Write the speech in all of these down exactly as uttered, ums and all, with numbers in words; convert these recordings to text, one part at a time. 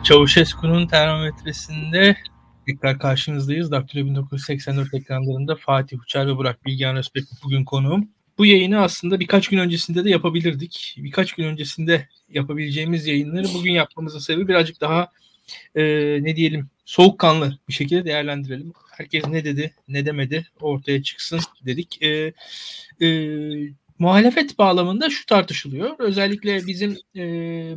Çavuşesku'nun termometresinde tekrar karşınızdayız. Daktilo bin dokuz yüz seksen dört ekranlarında Fatih Uçar ve Burak Bilgehan Özbek bugün konuğum. Bu yayını aslında birkaç gün öncesinde de yapabilirdik. Birkaç gün öncesinde yapabileceğimiz yayınları bugün yapmamızın sebebi birazcık daha e, ne diyelim soğukkanlı bir şekilde değerlendirelim. Herkes ne dedi, ne demedi ortaya çıksın dedik. E, e, muhalefet bağlamında şu tartışılıyor. Özellikle bizim e,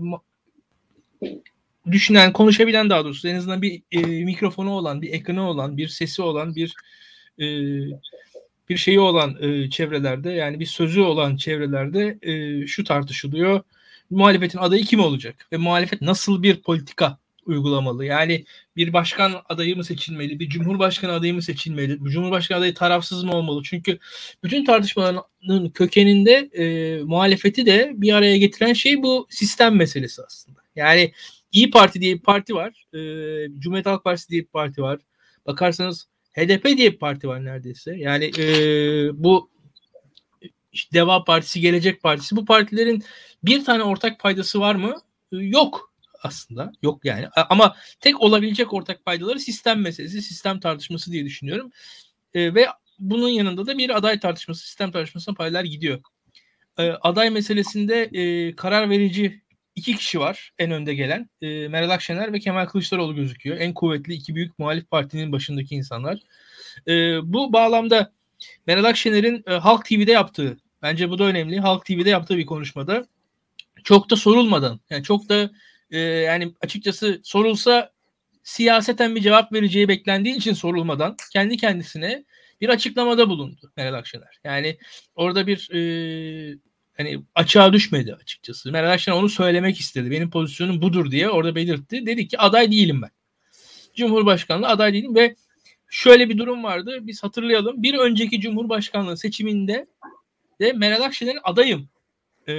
düşünen, konuşabilen daha doğrusu en azından bir e, mikrofonu olan, bir ekranı olan, bir sesi olan, bir e, bir şeyi olan e, çevrelerde, yani bir sözü olan çevrelerde e, şu tartışılıyor. Muhalefetin adayı kim olacak? Ve muhalefet nasıl bir politika uygulamalı? Yani bir başkan adayı mı seçilmeli? Bir cumhurbaşkanı adayı mı seçilmeli? Bu cumhurbaşkanı adayı tarafsız mı olmalı? Çünkü bütün tartışmaların kökeninde e, muhalefeti de bir araya getiren şey bu sistem meselesi aslında. Yani İyi Parti diye bir parti var. E, Cumhuriyet Halk Partisi diye bir parti var. Bakarsanız H D P diye bir parti var neredeyse. Yani e, bu işte Deva Partisi, Gelecek Partisi, bu partilerin bir tane ortak paydası var mı? E, yok aslında. Yok yani. Ama tek olabilecek ortak paydaları sistem meselesi, sistem tartışması diye düşünüyorum. E, ve bunun yanında da bir aday tartışması, sistem tartışmasına paylar gidiyor. E, aday meselesinde e, karar verici iki kişi var en önde gelen. E, Meral Akşener ve Kemal Kılıçdaroğlu gözüküyor. En kuvvetli iki büyük muhalif partinin başındaki insanlar. E, bu bağlamda Meral Akşener'in e, Halk T V'de yaptığı, bence bu da önemli, Halk T V'de yaptığı bir konuşmada çok da sorulmadan, yani çok da e, yani açıkçası sorulsa siyaseten bir cevap vereceği beklendiği için sorulmadan kendi kendisine bir açıklamada bulundu Meral Akşener. Yani orada bir e, hani açığa düşmedi açıkçası. Meral Akşener onu söylemek istedi. Benim pozisyonum budur diye orada belirtti. Dedi ki aday değilim ben. Cumhurbaşkanlığı aday değilim ve şöyle bir durum vardı. Biz hatırlayalım. Bir önceki Cumhurbaşkanlığı seçiminde de Meral Akşener'in adayım e,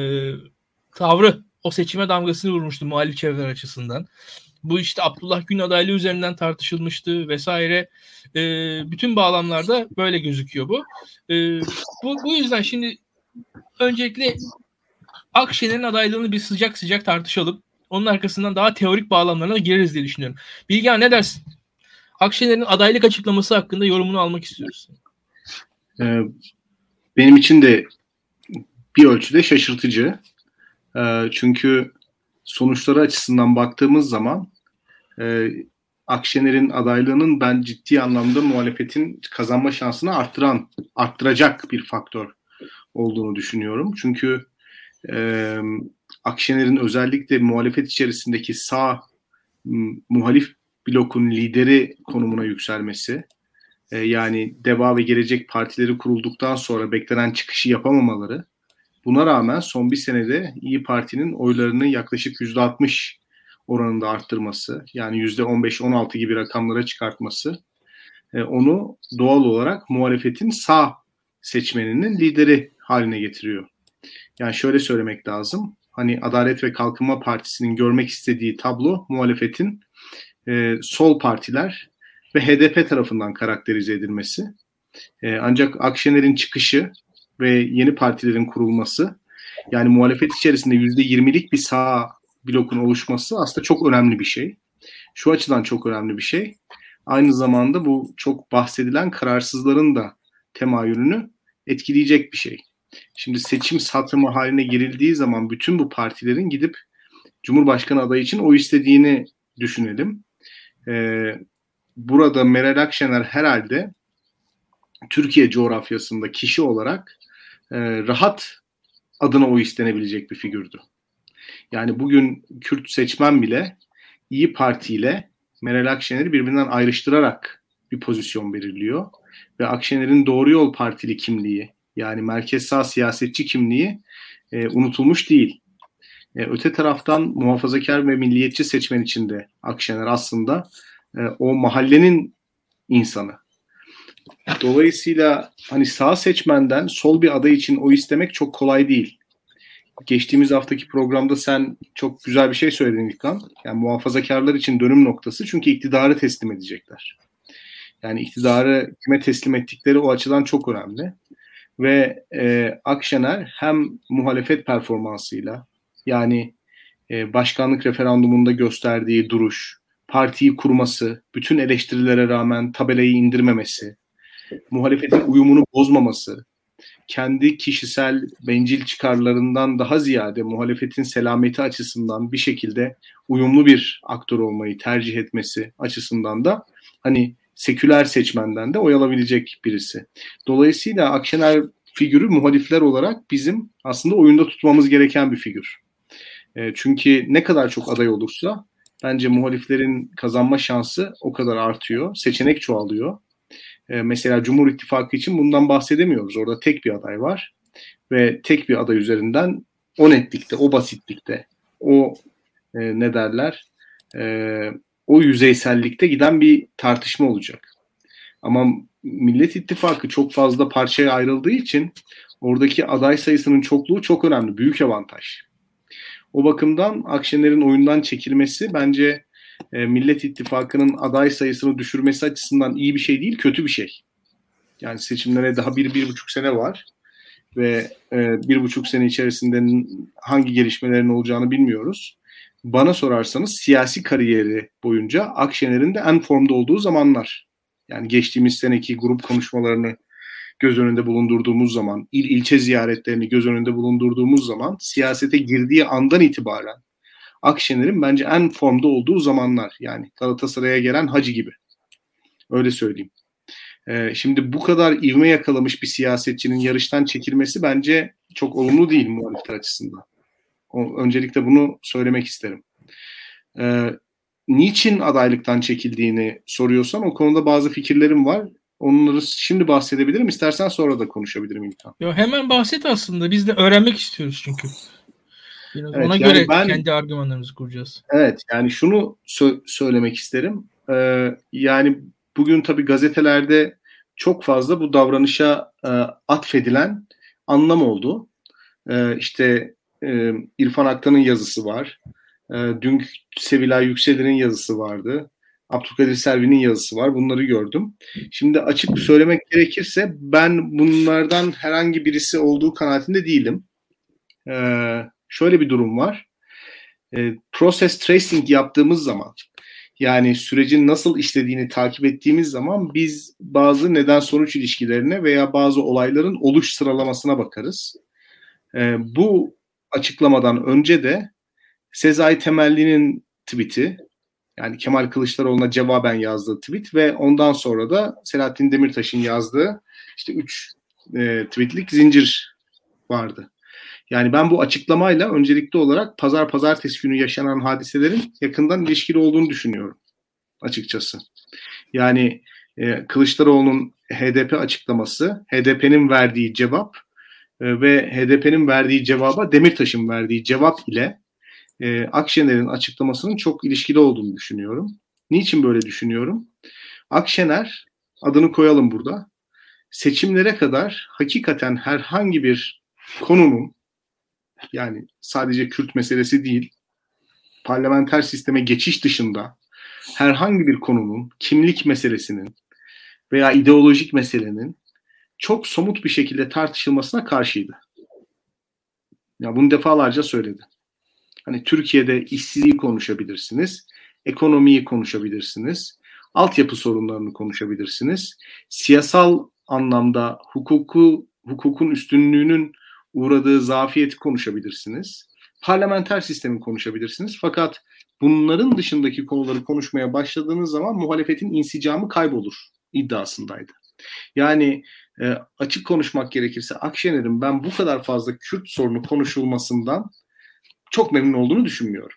tavrı o seçime damgasını vurmuştu muhalif çevreler açısından. Bu işte Abdullah Gül adaylığı üzerinden tartışılmıştı vesaire. E, bütün bağlamlarda böyle gözüküyor bu. E, bu. Bu yüzden şimdi öncelikle Akşener'in adaylığını bir sıcak sıcak tartışalım. Onun arkasından daha teorik bağlamlarına gireriz diye düşünüyorum. Bilgehan ne dersin? Akşener'in adaylık açıklaması hakkında yorumunu almak istiyoruz. Ee, benim için de bir ölçüde şaşırtıcı. Ee, çünkü sonuçları açısından baktığımız zaman e, Akşener'in adaylığının ben ciddi anlamda muhalefetin kazanma şansını arttıran, arttıracak bir faktör olduğunu düşünüyorum. Çünkü e, Akşener'in özellikle muhalefet içerisindeki sağ m- muhalif blokun lideri konumuna yükselmesi, e, yani Deva ve Gelecek partileri kurulduktan sonra beklenen çıkışı yapamamaları, buna rağmen son bir senede İyi Parti'nin oylarını yaklaşık yüzde altmış oranında arttırması, yani yüzde on beş on altı gibi rakamlara çıkartması, e, onu doğal olarak muhalefetin sağ seçmeninin lideri haline getiriyor. Yani şöyle söylemek lazım. Hani Adalet ve Kalkınma Partisi'nin görmek istediği tablo muhalefetin e, sol partiler ve H D P tarafından karakterize edilmesi. E, ancak Akşener'in çıkışı ve yeni partilerin kurulması, yani muhalefet içerisinde yüzde yirmilik bir sağ blokun oluşması aslında çok önemli bir şey. Şu açıdan çok önemli bir şey. Aynı zamanda bu çok bahsedilen kararsızların da temayülünü etkileyecek bir şey. Şimdi seçim satımı haline girildiği zaman bütün bu partilerin gidip Cumhurbaşkanı adayı için oy istediğini düşünelim. Ee, burada Meral Akşener herhalde Türkiye coğrafyasında kişi olarak e, rahat adına oy istenebilecek bir figürdü. Yani bugün Kürt seçmen bile İyi Parti ile Meral Akşener'i birbirinden ayrıştırarak bir pozisyon belirliyor. Ve Akşener'in Doğru Yol Partili kimliği, yani merkez sağ siyasetçi kimliği e, unutulmuş değil. E, öte taraftan muhafazakar ve milliyetçi seçmen içinde Akşener aslında e, o mahallenin insanı. Dolayısıyla hani sağ seçmenden sol bir aday için oy istemek çok kolay değil. Geçtiğimiz haftaki programda sen çok güzel bir şey söyledin İlkan. Yani muhafazakarlar için dönüm noktası, çünkü iktidarı teslim edecekler. Yani iktidarı kime teslim ettikleri o açıdan çok önemli. Ve e, Akşener hem muhalefet performansıyla, yani e, başkanlık referandumunda gösterdiği duruş, partiyi kurması, bütün eleştirilere rağmen tabelayı indirmemesi, muhalefetin uyumunu bozmaması, kendi kişisel bencil çıkarlarından daha ziyade muhalefetin selameti açısından bir şekilde uyumlu bir aktör olmayı tercih etmesi açısından da hani seküler seçmenden de oy alabilecek birisi. Dolayısıyla Akşener figürü muhalifler olarak bizim aslında oyunda tutmamız gereken bir figür. E, çünkü ne kadar çok aday olursa bence muhaliflerin kazanma şansı o kadar artıyor. Seçenek çoğalıyor. E, mesela Cumhur İttifakı için bundan bahsedemiyoruz. Orada tek bir aday var ve tek bir aday üzerinden o netlikte, o basitlikte, o e, ne derler, e, o yüzeysellikte giden bir tartışma olacak. Ama Millet İttifakı çok fazla parçaya ayrıldığı için oradaki aday sayısının çokluğu çok önemli, büyük avantaj. O bakımdan Akşener'in oyundan çekilmesi bence e, Millet İttifakı'nın aday sayısını düşürmesi açısından iyi bir şey değil, kötü bir şey. Yani seçimlere daha bir, bir buçuk sene var ve e, bir buçuk sene içerisinde hangi gelişmelerin olacağını bilmiyoruz. Bana sorarsanız siyasi kariyeri boyunca Akşener'in de en formda olduğu zamanlar. Yani geçtiğimiz seneki grup konuşmalarını göz önünde bulundurduğumuz zaman, il ilçe ziyaretlerini göz önünde bulundurduğumuz zaman siyasete girdiği andan itibaren Akşener'in bence en formda olduğu zamanlar. Yani Galatasaray'a gelen Hacı gibi. Öyle söyleyeyim. Ee, şimdi bu kadar ivme yakalamış bir siyasetçinin yarıştan çekilmesi bence çok olumlu değil muhalifler açısından. O, öncelikle bunu söylemek isterim. Ee, niçin adaylıktan çekildiğini soruyorsan o konuda bazı fikirlerim var. Onları şimdi bahsedebilirim. İstersen sonra da konuşabilirim İlkan. Yo, hemen bahset aslında. Biz de öğrenmek istiyoruz çünkü. Biraz Evet, ona yani göre ben, kendi argümanlarımızı kuracağız. Evet, yani şunu sö- söylemek isterim. Ee, yani bugün tabii gazetelerde çok fazla bu davranışa e, atfedilen anlam oldu. E, işte e, İrfan Aktan'ın yazısı var. E, dün Sevilay Yükselir'in yazısı vardı. Abdülkadir Selvi'nin yazısı var. Bunları gördüm. Şimdi açık söylemek gerekirse ben bunlardan herhangi birisi olduğu kanaatinde değilim. E, şöyle bir durum var. E, process tracing yaptığımız zaman, yani sürecin nasıl işlediğini takip ettiğimiz zaman biz bazı neden-sonuç ilişkilerine veya bazı olayların oluş sıralamasına bakarız. E, bu açıklamadan önce de Sezai Temelli'nin tweet'i, yani Kemal Kılıçdaroğlu'na cevaben yazdığı tweet ve ondan sonra da Selahattin Demirtaş'ın yazdığı işte üç e, tweetlik zincir vardı. Yani ben bu açıklamayla öncelikli olarak pazar pazartesi günü yaşanan hadiselerin yakından ilişkili olduğunu düşünüyorum açıkçası. Yani e, Kılıçdaroğlu'nun H D P açıklaması, H D P'nin verdiği cevap e, ve H D P'nin verdiği cevaba Demirtaş'ın verdiği cevap ile e, Akşener'in açıklamasının çok ilişkili olduğunu düşünüyorum. Niçin böyle düşünüyorum? Akşener, adını koyalım burada, seçimlere kadar hakikaten herhangi bir konunun, yani sadece Kürt meselesi değil, parlamenter sisteme geçiş dışında herhangi bir konunun, kimlik meselesinin veya ideolojik meselenin çok somut bir şekilde tartışılmasına karşıydı. Ya bunu defalarca söyledi. Hani Türkiye'de işsizliği konuşabilirsiniz, ekonomiyi konuşabilirsiniz, altyapı sorunlarını konuşabilirsiniz, siyasal anlamda hukuku, hukukun üstünlüğünün uğradığı zafiyeti konuşabilirsiniz, parlamenter sistemi konuşabilirsiniz. Fakat bunların dışındaki konuları konuşmaya başladığınız zaman muhalefetin insicamı kaybolur iddiasındaydı. Yani e, açık konuşmak gerekirse Akşener'in ben bu kadar fazla Kürt sorunu konuşulmasından çok memnun olduğunu düşünmüyorum.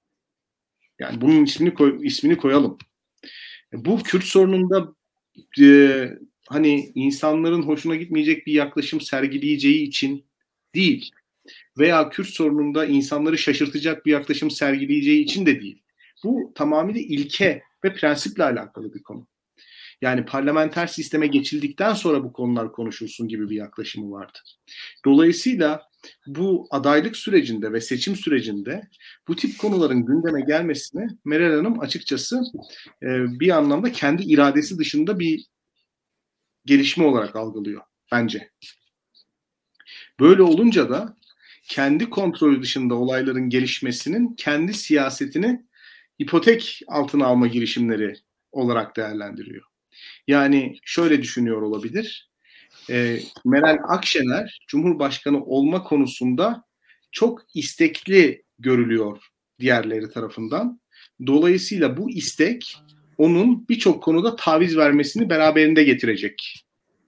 Yani bunun ismini koy, ismini koyalım. Bu Kürt sorununda e, hani insanların hoşuna gitmeyecek bir yaklaşım sergileyeceği için değil veya Kürt sorununda insanları şaşırtacak bir yaklaşım sergileyeceği için de değil. Bu tamamıyla ilke ve prensiple alakalı bir konu. Yani parlamenter sisteme geçildikten sonra bu konular konuşulsun gibi bir yaklaşımı vardı. Dolayısıyla bu adaylık sürecinde ve seçim sürecinde bu tip konuların gündeme gelmesini Meral Hanım açıkçası e, bir anlamda kendi iradesi dışında bir gelişme olarak algılıyor bence. Böyle olunca da kendi kontrolü dışında olayların gelişmesinin kendi siyasetini ipotek altına alma girişimleri olarak değerlendiriyor. Yani şöyle düşünüyor olabilir. E, Meral Akşener Cumhurbaşkanı olma konusunda çok istekli görülüyor diğerleri tarafından. Dolayısıyla bu istek onun birçok konuda taviz vermesini beraberinde getirecek.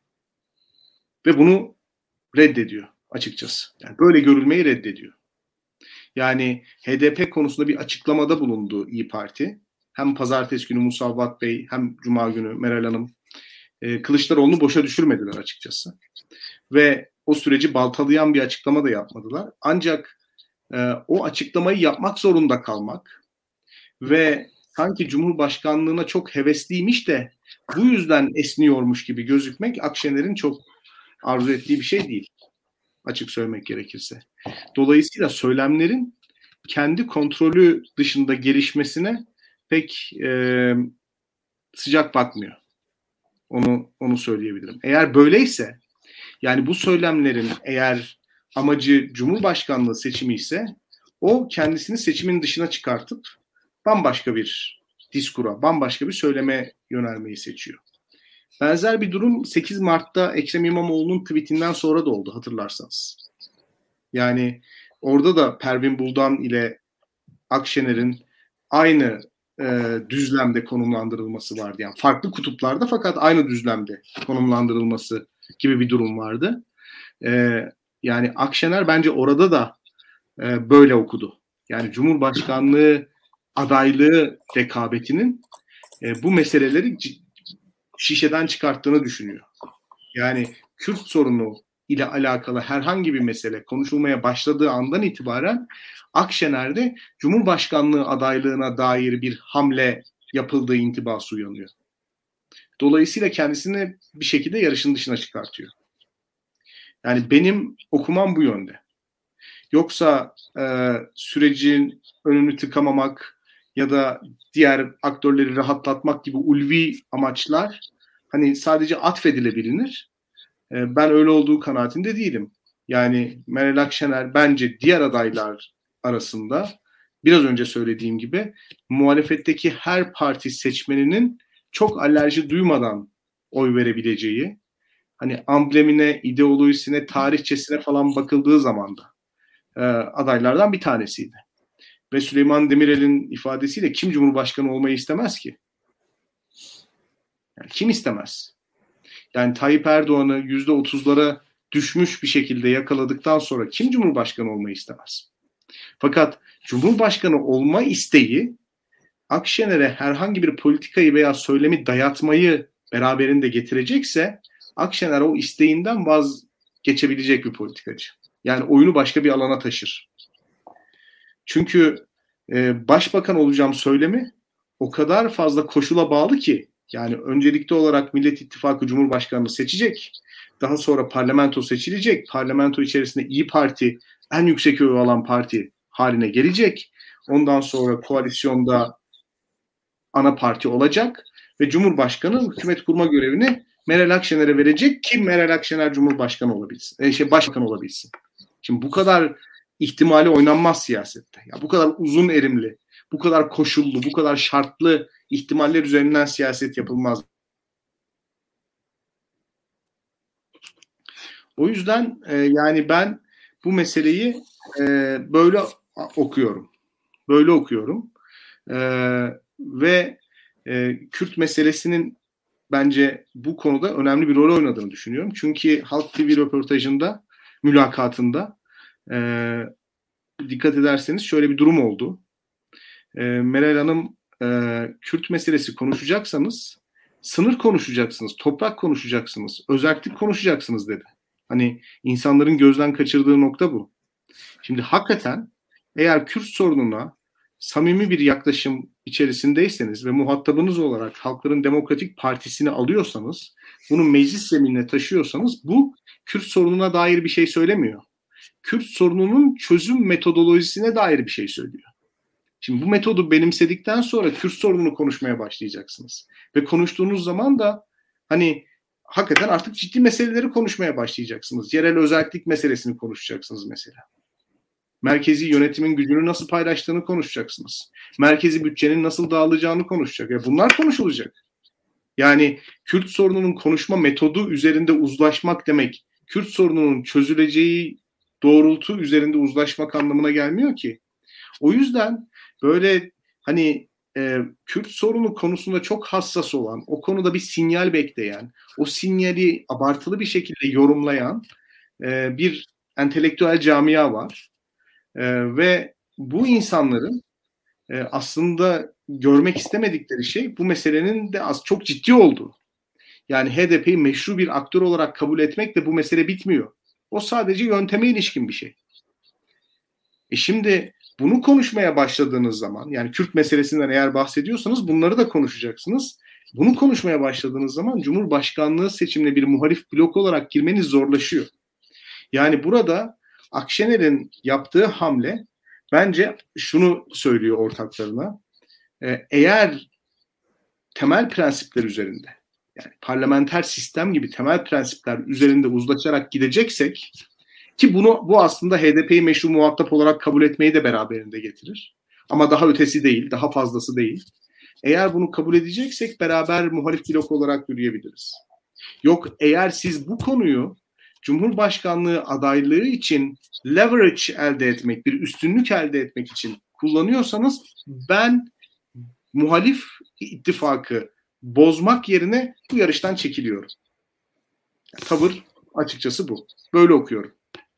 Ve bunu reddediyor açıkçası. Yani böyle görülmeyi reddediyor. Yani H D P konusunda bir açıklamada bulundu İYİ Parti. Hem pazartesi günü Musavvat Bey hem Cuma günü Meral Hanım e, Kılıçdaroğlu'nu boşa düşürmediler açıkçası. Ve o süreci baltalayan bir açıklama da yapmadılar. Ancak e, o açıklamayı yapmak zorunda kalmak ve sanki Cumhurbaşkanlığına çok hevesliymiş de bu yüzden esniyormuş gibi gözükmek Akşener'in çok arzu ettiği bir şey değil. Açık söylemek gerekirse. Dolayısıyla söylemlerin kendi kontrolü dışında gelişmesine pek e, sıcak bakmıyor. Onu onu söyleyebilirim. Eğer böyleyse, yani bu söylemlerin eğer amacı Cumhurbaşkanlığı seçimi ise o kendisini seçimin dışına çıkartıp bambaşka bir diskura, bambaşka bir söyleme yönelmeyi seçiyor. Benzer bir durum sekiz Mart'ta Ekrem İmamoğlu'nun tweetinden sonra da oldu hatırlarsanız. Yani orada da Pervin Buldan ile Akşener'in aynı e, düzlemde konumlandırılması vardı. Yani farklı kutuplarda fakat aynı düzlemde konumlandırılması gibi bir durum vardı. E, yani Akşener bence orada da e, böyle okudu. Yani Cumhurbaşkanlığı adaylığı rekabetinin e, bu meseleleri şişeden çıkarttığını düşünüyor. Yani Kürt sorunu ile alakalı herhangi bir mesele konuşulmaya başladığı andan itibaren Akşener'de Cumhurbaşkanlığı adaylığına dair bir hamle yapıldığı intibası uyanıyor. Dolayısıyla kendisini bir şekilde yarışın dışına çıkartıyor. Yani benim okumam bu yönde. Yoksa e, sürecin önünü tıkamamak ya da diğer aktörleri rahatlatmak gibi ulvi amaçlar hani sadece atfedilebilir. E, ben öyle olduğu kanaatinde değilim. Yani Meral Akşener bence diğer adaylar arasında biraz önce söylediğim gibi muhalefetteki her parti seçmeninin çok alerji duymadan oy verebileceği, hani amblemine, ideolojisine, tarihçesine falan bakıldığı zaman da e, adaylardan bir tanesiydi. Ve Süleyman Demirel'in ifadesiyle kim Cumhurbaşkanı olmayı istemez ki? Yani kim istemez? Yani Tayyip Erdoğan'ı yüzde otuzlara düşmüş bir şekilde yakaladıktan sonra kim Cumhurbaşkanı olmayı istemez? Fakat Cumhurbaşkanı olma isteği Akşener'e herhangi bir politikayı veya söylemi dayatmayı beraberinde getirecekse Akşener o isteğinden vazgeçebilecek bir politikacı. Yani oyunu başka bir alana taşır. Çünkü e, başbakan olacağım söylemi o kadar fazla koşula bağlı ki, yani öncelikli olarak Millet İttifakı Cumhurbaşkanı'nı seçecek. Daha sonra parlamento seçilecek. Parlamento içerisinde İYİ Parti en yüksek oy alan parti haline gelecek. Ondan sonra koalisyonda ana parti olacak ve Cumhurbaşkanı hükümet kurma görevini Meral Akşener'e verecek ki Meral Akşener Cumhurbaşkanı olabilsin. E, şey başbakan olabilsin. Şimdi bu kadar ihtimali oynanmaz siyasette. Ya bu kadar uzun erimli, bu kadar koşullu, bu kadar şartlı ihtimaller üzerinden siyaset yapılmaz. O yüzden e, yani ben bu meseleyi e, böyle okuyorum. Böyle okuyorum. E, ve e, Kürt meselesinin bence bu konuda önemli bir rol oynadığını düşünüyorum. Çünkü Halk T V röportajında, mülakatında e, dikkat ederseniz şöyle bir durum oldu. E, Meral Hanım e, Kürt meselesi konuşacaksanız sınır konuşacaksınız, toprak konuşacaksınız, özerklik konuşacaksınız dedi. Hani insanların gözden kaçırdığı nokta bu. Şimdi hakikaten eğer Kürt sorununa samimi bir yaklaşım içerisindeyseniz ve muhatabınız olarak Halkların Demokratik Partisi'ni alıyorsanız, bunu meclis zeminine taşıyorsanız bu Kürt sorununa dair bir şey söylemiyor. Kürt sorununun çözüm metodolojisine dair bir şey söylüyor. Şimdi bu metodu benimsedikten sonra Kürt sorununu konuşmaya başlayacaksınız. Ve konuştuğunuz zaman da hani hakikaten artık ciddi meseleleri konuşmaya başlayacaksınız. Yerel özellik meselesini konuşacaksınız mesela. merkezi yönetimin gücünü nasıl paylaştığını konuşacaksınız. Merkezi bütçenin nasıl dağılacağını konuşacak. Ya bunlar konuşulacak. Yani Kürt sorununun konuşma metodu üzerinde uzlaşmak demek, Kürt sorununun çözüleceği doğrultu üzerinde uzlaşmak anlamına gelmiyor ki. O yüzden böyle hani e, Kürt sorunu konusunda çok hassas olan, o konuda bir sinyal bekleyen, o sinyali abartılı bir şekilde yorumlayan e, bir entelektüel camia var. E, ve bu insanların e, aslında görmek istemedikleri şey bu meselenin de az çok ciddi olduğu. Yani H D P'yi meşru bir aktör olarak kabul etmekle bu mesele bitmiyor. O sadece yönteme ilişkin bir şey. E şimdi bunu konuşmaya başladığınız zaman, yani Kürt meselesinden eğer bahsediyorsanız bunları da konuşacaksınız. Bunu konuşmaya başladığınız zaman Cumhurbaşkanlığı seçimine bir muhalif blok olarak girmeniz zorlaşıyor. Yani burada Akşener'in yaptığı hamle bence şunu söylüyor ortaklarına. E, eğer temel prensipler üzerinde, yani parlamenter sistem gibi temel prensipler üzerinde uzlaşarak gideceksek, ki bunu bu aslında H D P'yi meşru muhatap olarak kabul etmeyi de beraberinde getirir. Ama daha ötesi değil, daha fazlası değil. Eğer bunu kabul edeceksek beraber muhalif blok olarak yürüyebiliriz. Yok, eğer siz bu konuyu Cumhurbaşkanlığı adaylığı için leverage elde etmek, bir üstünlük elde etmek için kullanıyorsanız ben muhalif ittifakı bozmak yerine bu yarıştan çekiliyorum. Tavır açıkçası bu. Böyle okuyorum.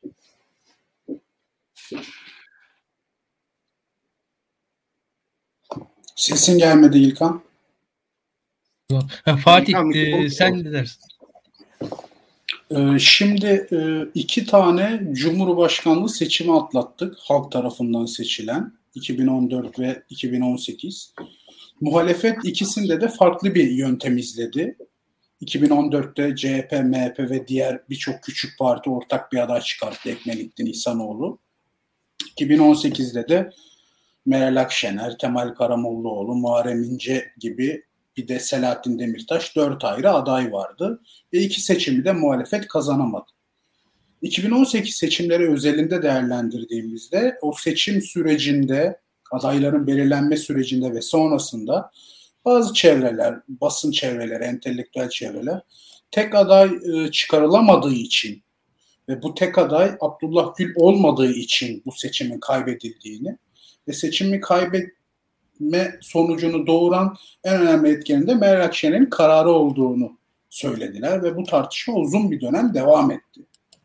Sesin gelmedi İlkan. Ha, Fatih e, sen ne dersin? Ee, şimdi e, iki tane Cumhurbaşkanlığı seçimi atlattık. Halk tarafından seçilen iki bin on dört ve iki bin on sekiz. Muhalefet ikisinde de farklı bir yöntem izledi. iki bin on dörtte C H P, M H P ve diğer birçok küçük parti ortak bir aday çıkarttı, Ekmelettin İhsanoğlu. iki bin on sekizde de Meral Akşener, Temel Karamollaoğlu, Muharrem İnce gibi bir de Selahattin Demirtaş, dört ayrı aday vardı. Ve iki seçimi de muhalefet kazanamadı. iki bin on sekiz seçimleri özelinde değerlendirdiğimizde o seçim sürecinde, adayların belirlenme sürecinde ve sonrasında bazı çevreler, basın çevreleri, entelektüel çevreler tek aday e, çıkarılamadığı için ve bu tek aday Abdullah Gül olmadığı için bu seçimin kaybedildiğini ve seçimi kaybetme sonucunu doğuran en önemli etkenin de Meral Akşener'in kararı olduğunu söylediler ve bu tartışma uzun bir dönem devam etti.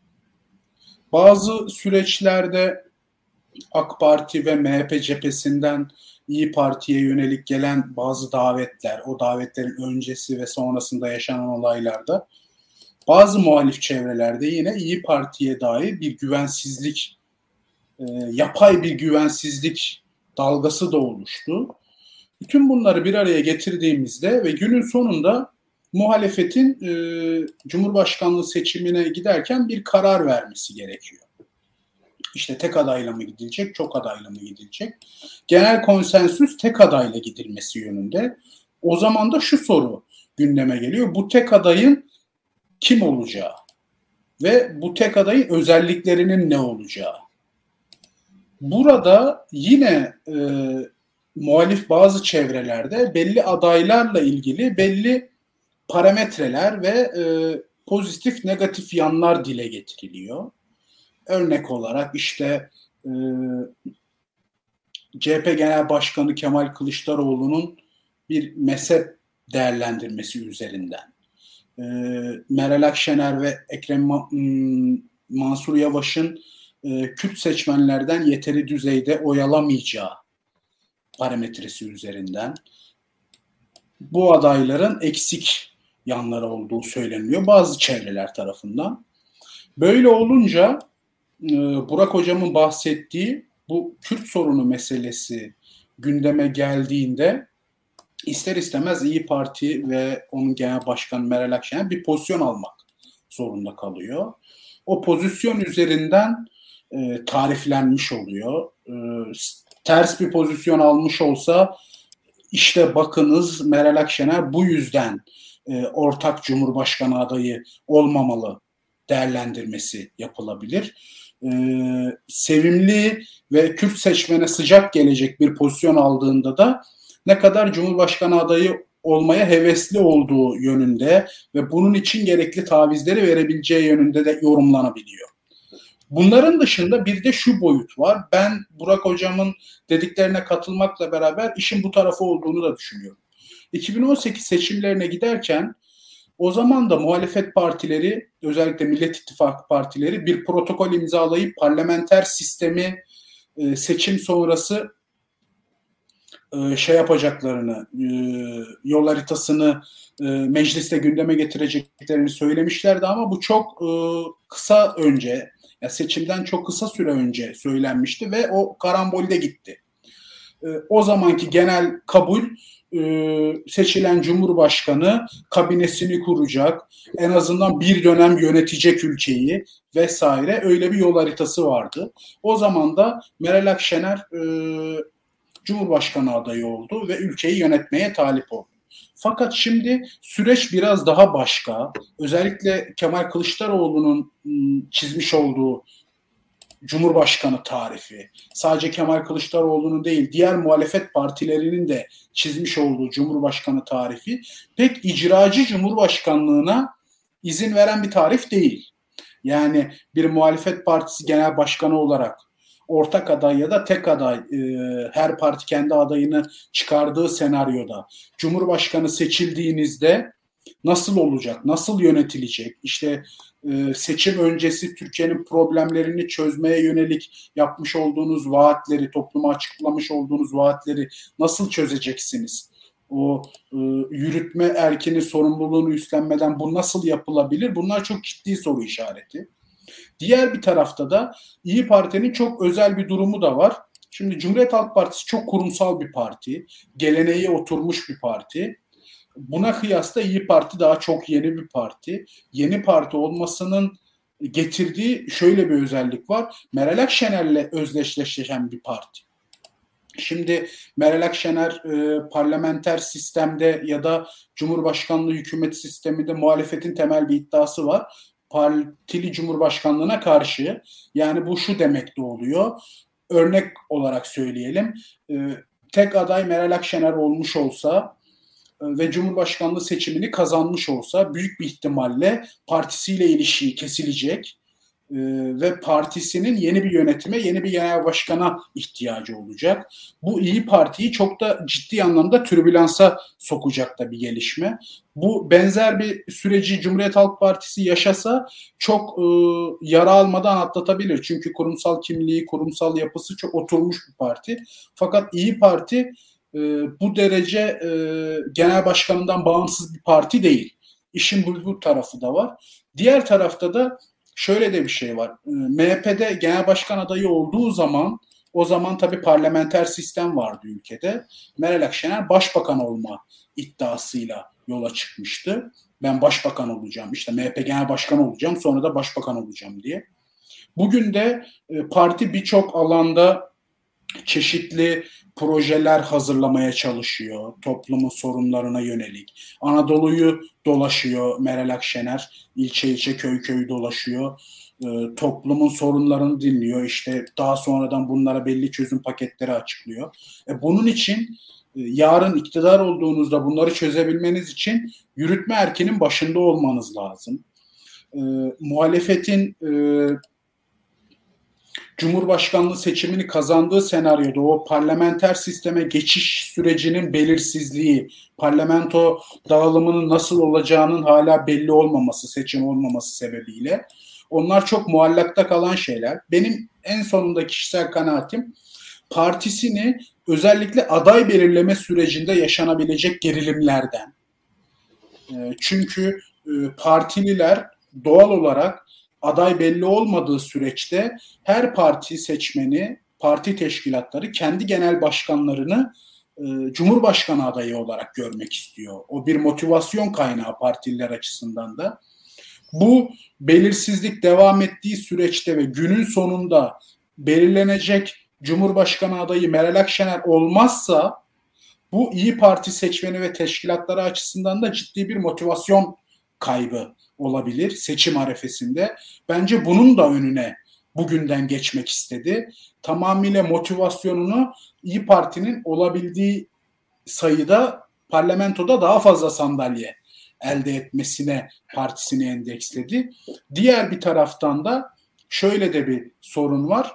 Bazı süreçlerde AK Parti ve M H P cephesinden İYİ Parti'ye yönelik gelen bazı davetler, o davetlerin öncesi ve sonrasında yaşanan olaylarda bazı muhalif çevrelerde yine İYİ Parti'ye dair bir güvensizlik, e, yapay bir güvensizlik dalgası da oluştu. Bütün bunları bir araya getirdiğimizde ve günün sonunda muhalefetin e, Cumhurbaşkanlığı seçimine giderken bir karar vermesi gerekiyor. İşte tek adayla mı gidilecek, çok adayla mı gidilecek? Genel konsensüs tek adayla gidilmesi yönünde. O zaman da şu soru gündeme geliyor. Bu tek adayın kim olacağı ve bu tek adayın özelliklerinin ne olacağı. Burada yine e, muhalif bazı çevrelerde belli adaylarla ilgili belli parametreler ve e, pozitif negatif yanlar dile getiriliyor. Örnek olarak işte e, C H P Genel Başkanı Kemal Kılıçdaroğlu'nun bir mezhep değerlendirmesi üzerinden. E, Meral Akşener ve Ekrem Ma- Mansur Yavaş'ın e, Kürt seçmenlerden yeteri düzeyde oy alamayacağı parametresi üzerinden. Bu adayların eksik yanları olduğu söyleniyor bazı çevreler tarafından. Böyle olunca Burak Hocam'ın bahsettiği bu Kürt sorunu meselesi gündeme geldiğinde ister istemez İYİ Parti ve onun genel başkanı Meral Akşener bir pozisyon almak zorunda kalıyor. O pozisyon üzerinden e, tariflenmiş oluyor. E, ters bir pozisyon almış olsa işte bakınız Meral Akşener bu yüzden e, ortak Cumhurbaşkanı adayı olmamalı değerlendirmesi yapılabilir. Ee, sevimli ve Kürt seçmene sıcak gelecek bir pozisyon aldığında da ne kadar Cumhurbaşkanı adayı olmaya hevesli olduğu yönünde ve bunun için gerekli tavizleri verebileceği yönünde de yorumlanabiliyor. Bunların dışında bir de şu boyut var. Ben Burak Hocam'ın dediklerine katılmakla beraber işin bu tarafı olduğunu da düşünüyorum. iki bin on sekiz seçimlerine giderken o zaman da muhalefet partileri, özellikle Millet İttifakı partileri bir protokol imzalayıp parlamenter sistemi e, seçim sonrası e, şey yapacaklarını, e, yol haritasını e, mecliste gündeme getireceklerini söylemişlerdi ama bu çok e, kısa önce, ya seçimden çok kısa süre önce söylenmişti ve o karambolde gitti. E, o zamanki genel kabul seçilen Cumhurbaşkanı kabinesini kuracak, en azından bir dönem yönetecek ülkeyi vesaire, öyle bir yol haritası vardı. O zaman da Meral Akşener e, Cumhurbaşkanı adayı oldu ve ülkeyi yönetmeye talip oldu. Fakat şimdi süreç biraz daha başka. Özellikle Kemal Kılıçdaroğlu'nun çizmiş olduğu Cumhurbaşkanı tarifi, sadece Kemal Kılıçdaroğlu'nun değil, diğer muhalefet partilerinin de çizmiş olduğu Cumhurbaşkanı tarifi pek icracı Cumhurbaşkanlığına izin veren bir tarif değil. Yani bir muhalefet partisi genel başkanı olarak ortak aday ya da tek aday, e, her parti kendi adayını çıkardığı senaryoda Cumhurbaşkanı seçildiğinizde nasıl olacak, nasıl yönetilecek, işte e, seçim öncesi Türkiye'nin problemlerini çözmeye yönelik yapmış olduğunuz vaatleri, topluma açıklamış olduğunuz vaatleri nasıl çözeceksiniz? O e, yürütme erkinin sorumluluğunu üstlenmeden bu nasıl yapılabilir? Bunlar çok ciddi soru işareti. Diğer bir tarafta da İYİ Parti'nin çok özel bir durumu da var. Şimdi Cumhuriyet Halk Partisi çok kurumsal bir parti, geleneğe oturmuş bir parti. Buna kıyasla İYİ Parti daha çok yeni bir parti. Yeni parti olmasının getirdiği şöyle bir özellik var. Meral Akşener'le özdeşleşen bir parti. Şimdi Meral Akşener e, parlamenter sistemde ya da Cumhurbaşkanlığı hükümet sisteminde muhalefetin temel bir iddiası var. Partili Cumhurbaşkanlığına karşı. Yani bu şu demek de oluyor. Örnek olarak söyleyelim. E, tek aday Meral Akşener olmuş olsa ve Cumhurbaşkanlığı seçimini kazanmış olsa büyük bir ihtimalle partisiyle ilişiği kesilecek e, ve partisinin yeni bir yönetime, yeni bir genel başkana ihtiyacı olacak. Bu İYİ Parti'yi çok da ciddi anlamda türbülansa sokacak da bir gelişme. Bu benzer bir süreci Cumhuriyet Halk Partisi yaşasa çok e, yara almadan atlatabilir. Çünkü kurumsal kimliği, kurumsal yapısı çok oturmuş bir parti. Fakat İYİ Parti e, bu derece e, genel başkanından bağımsız bir parti değil. İşin bu, bu tarafı da var. Diğer tarafta da şöyle de bir şey var. E, M H P'de genel başkan adayı olduğu zaman, o zaman tabii parlamenter sistem vardı ülkede. Meral Akşener başbakan olma iddiasıyla yola çıkmıştı. Ben başbakan olacağım, işte M H P genel başkanı olacağım, sonra da başbakan olacağım diye. Bugün de e, parti birçok alanda çeşitli projeler hazırlamaya çalışıyor. Toplumun sorunlarına yönelik. Anadolu'yu dolaşıyor Meral Akşener. İlçe ilçe, köy köy dolaşıyor. E, toplumun sorunlarını dinliyor. İşte daha sonradan bunlara belli çözüm paketleri açıklıyor. E, bunun için e, yarın iktidar olduğunuzda bunları çözebilmeniz için yürütme erkinin başında olmanız lazım. E, muhalefetin e, Cumhurbaşkanlığı seçimini kazandığı senaryoda o parlamenter sisteme geçiş sürecinin belirsizliği, parlamento dağılımının nasıl olacağının hala belli olmaması, seçim olmaması sebebiyle onlar çok muallakta kalan şeyler. Benim en sonunda kişisel kanaatim partisini özellikle aday belirleme sürecinde yaşanabilecek gerilimlerden. Çünkü partililer doğal olarak aday belli olmadığı süreçte her parti seçmeni, parti teşkilatları kendi genel başkanlarını e, Cumhurbaşkanı adayı olarak görmek istiyor. O bir motivasyon kaynağı partililer açısından da. Bu belirsizlik devam ettiği süreçte ve günün sonunda belirlenecek Cumhurbaşkanı adayı Meral Akşener olmazsa bu İYİ Parti seçmeni ve teşkilatları açısından da ciddi bir motivasyon kaybı olabilir seçim arefesinde. Bence bunun da önüne bugünden geçmek istedi. Tamamıyla motivasyonunu İYİ Parti'nin olabildiği sayıda parlamentoda daha fazla sandalye elde etmesine partisini endeksledi. Diğer bir taraftan da şöyle de bir sorun var.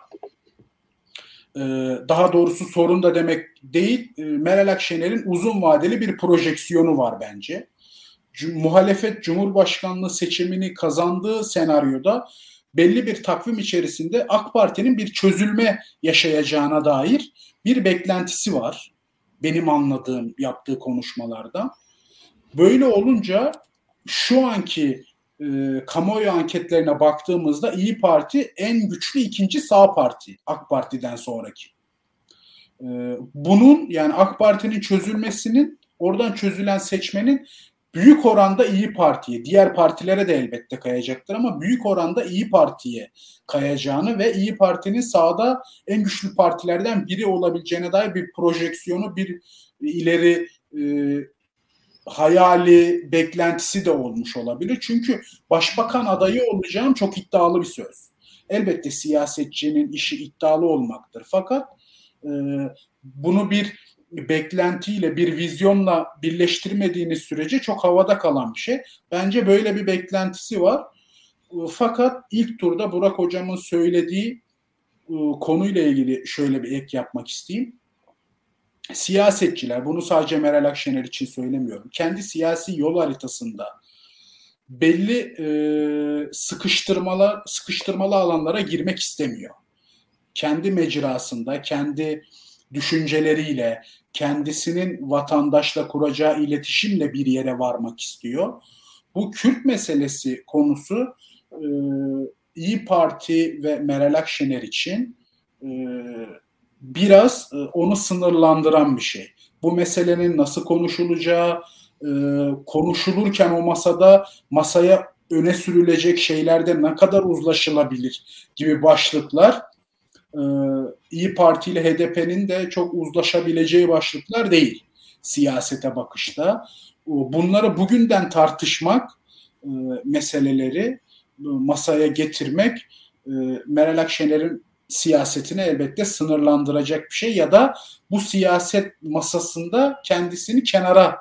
Ee, daha doğrusu sorun da demek değil. Ee, Meral Akşener'in uzun vadeli bir projeksiyonu var bence. C- muhalefet Cumhurbaşkanlığı seçimini kazandığı senaryoda belli bir takvim içerisinde AK Parti'nin bir çözülme yaşayacağına dair bir beklentisi var. Benim anladığım yaptığı konuşmalardan. Böyle olunca şu anki e, kamuoyu anketlerine baktığımızda İYİ Parti en güçlü ikinci sağ parti AK Parti'den sonraki. E, bunun yani AK Parti'nin çözülmesinin oradan çözülen seçmenin büyük oranda İYİ Parti'ye, diğer partilere de elbette kayacaktır ama büyük oranda İYİ Parti'ye kayacağını ve İYİ Parti'nin sağda en güçlü partilerden biri olabileceğine dair bir projeksiyonu, bir ileri e, hayali, beklentisi de olmuş olabilir. Çünkü başbakan adayı olacağım çok iddialı bir söz. Elbette siyasetçinin işi iddialı olmaktır. Fakat e, bunu bir beklentiyle, bir vizyonla birleştirmediğiniz sürece çok havada kalan bir şey. Bence böyle bir beklentisi var. Fakat ilk turda Burak Hocam'ın söylediği konuyla ilgili şöyle bir ek yapmak isteyeyim. Siyasetçiler, bunu sadece Meral Akşener için söylemiyorum, kendi siyasi yol haritasında belli e, sıkıştırmalar, sıkıştırmalı alanlara girmek istemiyor. Kendi mecrasında, kendi düşünceleriyle, kendisinin vatandaşla kuracağı iletişimle bir yere varmak istiyor. Bu Kürt meselesi konusu e, İYİ Parti ve Meral Akşener için e, biraz e, onu sınırlandıran bir şey. Bu meselenin nasıl konuşulacağı, e, konuşulurken o masada masaya öne sürülecek şeylerde ne kadar uzlaşılabilir gibi başlıklar e, İYİ Parti ile H D P'nin de çok uzlaşabileceği başlıklar değil siyasete bakışta. Bunları bugünden tartışmak, e, meseleleri e, masaya getirmek e, Meral Akşener'in siyasetini elbette sınırlandıracak bir şey ya da bu siyaset masasında kendisini kenara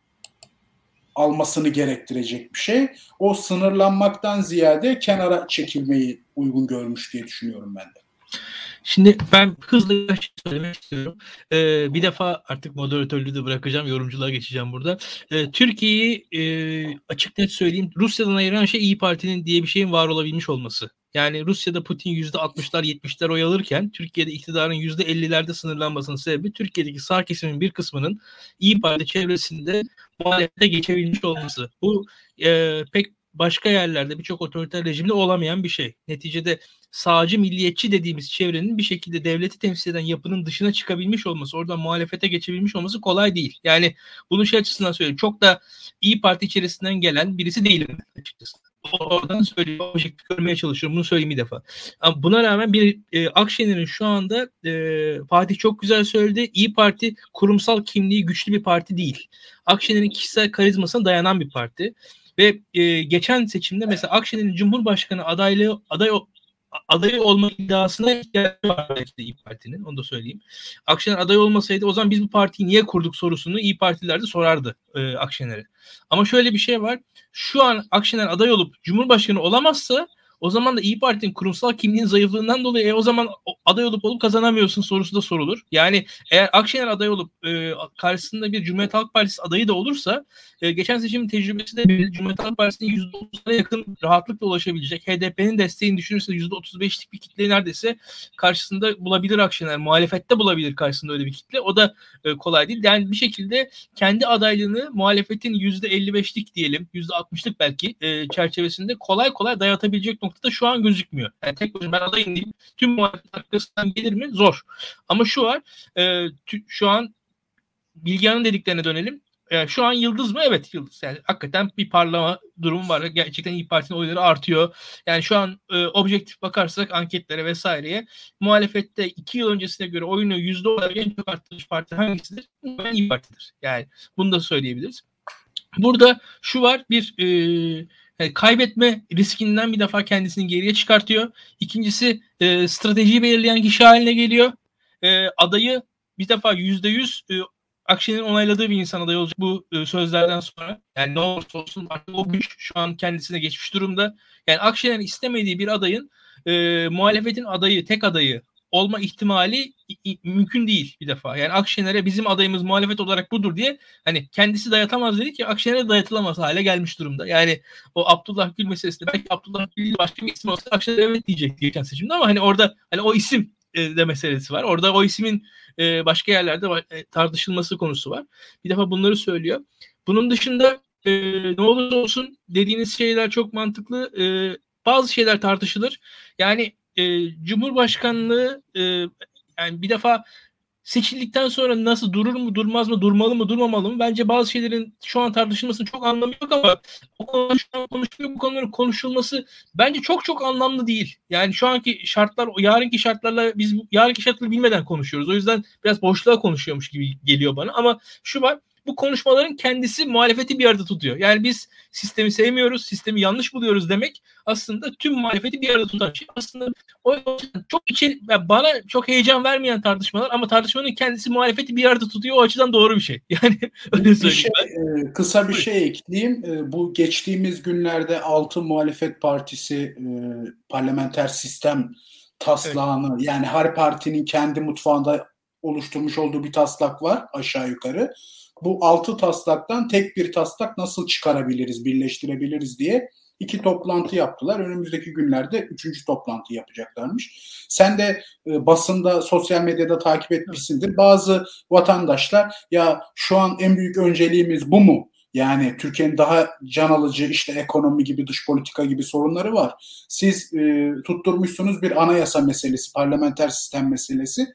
almasını gerektirecek bir şey. O sınırlanmaktan ziyade kenara çekilmeyi uygun görmüş diye düşünüyorum ben de. Şimdi ben hızlı bir şey söylemek istiyorum. Ee, bir defa artık moderatörlüğü de bırakacağım, yorumculuğa geçeceğim burada. Ee, Türkiye'yi e, açık net söyleyeyim, Rusya'dan ayıran şey İYİ Parti'nin diye bir şeyin var olabilmiş olması. Yani Rusya'da Putin yüzde altmışlar yetmişler oy alırken Türkiye'de iktidarın yüzde ellilerde sınırlanmasının sebebi Türkiye'deki sağ kesimin bir kısmının İYİ Parti çevresinde muhalefete geçebilmiş olması. Bu e, pek başka yerlerde birçok otoriter rejimde olamayan bir şey. Neticede sağcı milliyetçi dediğimiz çevrenin bir şekilde devleti temsil eden yapının dışına çıkabilmiş olması, oradan muhalefete geçebilmiş olması kolay değil. Yani bunu şey açısından söyleyeyim. Çok da İYİ Parti içerisinden gelen birisi değilim açıkçası. Oradan söylüyorum, objektif görmeye çalışıyorum. Bunu söyleyeyim bir defa. Ama buna rağmen bir e, Akşener'in şu anda e, Fatih çok güzel söyledi. İYİ Parti kurumsal kimliği güçlü bir parti değil. Akşener'in kişisel karizmasına dayanan bir parti. Ve e, geçen seçimde mesela Akşener'in Cumhurbaşkanı adaylığı aday adayı olma iddiasına ihtiyacı var belki de İYİ Parti'nin. Onu da söyleyeyim. Akşener aday olmasaydı o zaman biz bu partiyi niye kurduk sorusunu İYİ Partililer de sorardı e, Akşener'e. Ama şöyle bir şey var. Şu an Akşener aday olup Cumhurbaşkanı olamazsa o zaman da İYİ Parti'nin kurumsal kimliğin zayıflığından dolayı e, o zaman aday olup olup kazanamıyorsun sorusu da sorulur. Yani eğer Akşener aday olup e, karşısında bir Cumhuriyet Halk Partisi adayı da olursa e, geçen seçimin tecrübesi de bir Cumhuriyet Halk Partisi'nin yüzde otuzlara yakın rahatlıkla ulaşabilecek. H D P'nin desteğini düşünürse yüzde otuz beşlik bir kitleyi neredeyse karşısında bulabilir Akşener. Muhalefette bulabilir karşısında öyle bir kitle. O da e, kolay değil. Yani bir şekilde kendi adaylığını muhalefetin yüzde elli beşlik diyelim, yüzde altmışlık belki e, çerçevesinde kolay kolay dayatabilecek noktada şu an gözükmüyor. Yani tek başına ben adayım diyeyim, tüm muhalefet arkasından gelir mi? Zor. Ama şu var, e, tü, şu an Bilgehan'ın dediklerine dönelim. E, şu an yıldız mı? Evet yıldız. Yani hakikaten bir parlama durumu var. Gerçekten İYİ Parti'nin oyları artıyor. Yani şu an e, objektif bakarsak anketlere vesaireye muhalefette iki yıl öncesine göre oyunu yüzde olarak en çok arttırmış parti hangisidir? İYİ Parti'dir. Yani bunu da söyleyebiliriz. Burada şu var, bir e, Yani kaybetme riskinden bir defa kendisini geriye çıkartıyor. İkincisi e, stratejiyi belirleyen kişi haline geliyor. E, adayı bir defa yüzde yüz e, Akşener'in onayladığı bir insan adayı olacak bu e, sözlerden sonra. Yani ne olursa olsun artık o güç şu an kendisine geçmiş durumda. Yani Akşener'in istemediği bir adayın e, muhalefetin adayı, tek adayı olma ihtimali i- i- mümkün değil bir defa. Yani Akşener'e bizim adayımız muhalefet olarak budur diye hani kendisi dayatamaz dedi ki Akşener'e dayatılamaz hale gelmiş durumda. Yani o Abdullah Gül meselesinde belki Abdullah Gül başka bir isim olsa Akşener evet diyecek geçen seçimde ama hani orada hani o isim e, de meselesi var. Orada o ismin e, başka yerlerde e, tartışılması konusu var. Bir defa bunları söylüyor. Bunun dışında e, ne olursa olsun dediğiniz şeyler çok mantıklı. E, bazı şeyler tartışılır. Yani e, Cumhurbaşkanlığı e, yani bir defa seçildikten sonra nasıl durur mu, durmaz mı, durmalı mı, durmamalı mı? Bence bazı şeylerin şu an tartışılmasının çok anlamı yok ama o konular şu an konuşuluyor, bu konuların konuşulması bence çok çok anlamlı değil. Yani şu anki şartlar, yarınki şartlarla biz yarınki şartları bilmeden konuşuyoruz. O yüzden biraz boşluğa konuşuyormuş gibi geliyor bana ama şu var, bu konuşmaların kendisi muhalefeti bir arada tutuyor. Yani biz sistemi sevmiyoruz, sistemi yanlış buluyoruz demek aslında tüm muhalefeti bir arada tutan şey. Aslında o çok içeri, bana çok heyecan vermeyen tartışmalar ama tartışmanın kendisi muhalefeti bir arada tutuyor. O açıdan doğru bir şey. Yani öyle söyleyeyim. Şey, e, kısa bir şey ekleyeyim. E, bu geçtiğimiz günlerde altı muhalefet partisi e, parlamenter sistem taslağını evet. Yani her partinin kendi mutfağında oluşturmuş olduğu bir taslak var aşağı yukarı. Bu altı taslaktan tek bir taslak nasıl çıkarabiliriz, birleştirebiliriz diye iki toplantı yaptılar. Önümüzdeki günlerde üçüncü toplantı yapacaklarmış. Sen de e, basında, sosyal medyada takip etmişsindir. Bazı vatandaşlar ya şu an en büyük önceliğimiz bu mu? Yani Türkiye'nin daha can alıcı işte ekonomi gibi, dış politika gibi sorunları var. Siz e, tutturmuşsunuz bir anayasa meselesi, parlamenter sistem meselesi.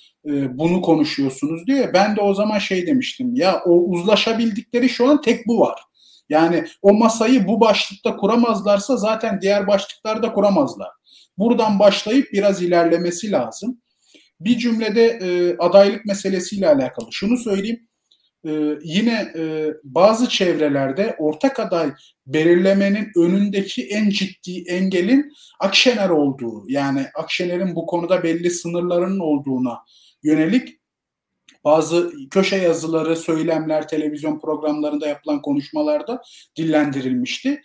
E, bunu konuşuyorsunuz diye. Ben de o zaman şey demiştim. Ya o uzlaşabildikleri şu an tek bu var. Yani o masayı bu başlıkta kuramazlarsa zaten diğer başlıklarda kuramazlar. Buradan başlayıp biraz ilerlemesi lazım. Bir cümlede e, adaylık meselesiyle alakalı şunu söyleyeyim. E, yine e, bazı çevrelerde ortak aday belirlemenin önündeki en ciddi engelin Akşener olduğu, yani Akşener'in bu konuda belli sınırlarının olduğuna yönelik bazı köşe yazıları, söylemler, televizyon programlarında yapılan konuşmalarda dillendirilmişti.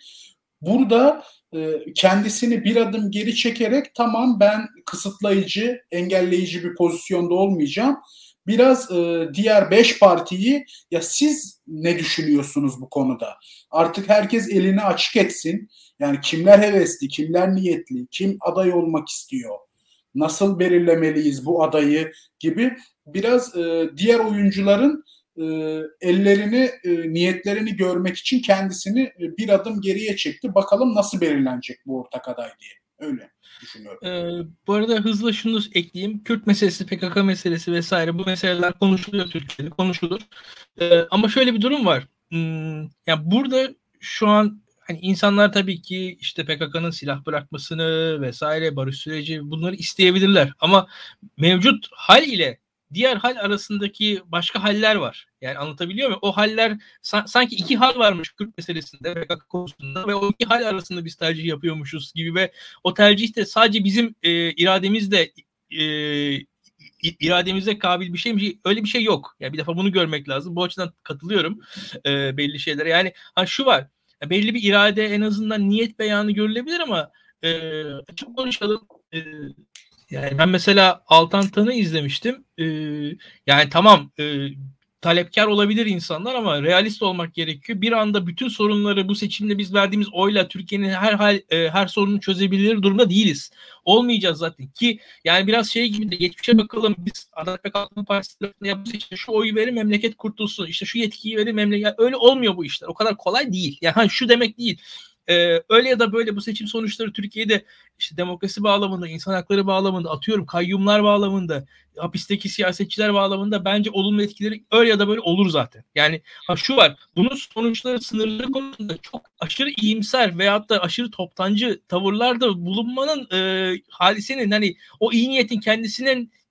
Burada e, kendisini bir adım geri çekerek tamam ben kısıtlayıcı, engelleyici bir pozisyonda olmayacağım. Biraz e, diğer beş partiyi ya siz ne düşünüyorsunuz bu konuda? Artık herkes elini açık etsin. Yani kimler hevesli, kimler niyetli, kim aday olmak istiyor? Nasıl belirlemeliyiz bu adayı gibi biraz e, diğer oyuncuların e, ellerini, e, niyetlerini görmek için kendisini e, bir adım geriye çekti. Bakalım nasıl belirlenecek bu ortak aday diye. Öyle düşünüyorum. Ee, bu arada hızla şunu ekleyeyim. Kürt meselesi, P K K meselesi vesaire bu meseleler konuşuluyor Türkiye'de, konuşulur. Ee, ama şöyle bir durum var. Hmm, yani burada şu an hani insanlar tabii ki işte P K K'nın silah bırakmasını vesaire, barış süreci bunları isteyebilirler. Ama mevcut hal ile diğer hal arasındaki başka haller var. Yani anlatabiliyor muyum? O haller sa- sanki iki hal varmış Kürt meselesinde, P K K konusunda ve o iki hal arasında biz tercih yapıyormuşuz gibi ve o tercih de sadece bizim e, irademizle e, irademize kabil bir şeymiş. Öyle bir şey yok. Yani bir defa bunu görmek lazım. Bu açıdan katılıyorum e, belli şeylere. Yani ha şu var. Belli bir irade, en azından niyet beyanı görülebilir ama e, açık konuşalım. E, yani ben mesela Altan Tan'ı izlemiştim. E, yani tamam e, talepkar olabilir insanlar ama realist olmak gerekiyor. Bir anda bütün sorunları bu seçimde biz verdiğimiz oyla Türkiye'nin her hal e, her sorununu çözebilir durumda değiliz. Olmayacağız zaten ki yani biraz şey gibi de geçmişe bakalım, biz Adalet ve Kalkınma Partisi tarafında yaptığı işte şu oyu verin memleket kurtulsun, işte şu yetkiyi verin memleket, öyle olmuyor bu işler. O kadar kolay değil. Yani şu demek değil. Ee, öyle ya da böyle bu seçim sonuçları Türkiye'de işte demokrasi bağlamında, insan hakları bağlamında, atıyorum kayyumlar bağlamında, hapisteki siyasetçiler bağlamında bence olumlu etkileri öyle ya da böyle olur zaten. Yani ha şu var, bunun sonuçları, sınırları konusunda çok aşırı iyimser veyahut da aşırı toptancı tavırlarda bulunmanın e, hadisenin hani o iyi niyetin kendisinin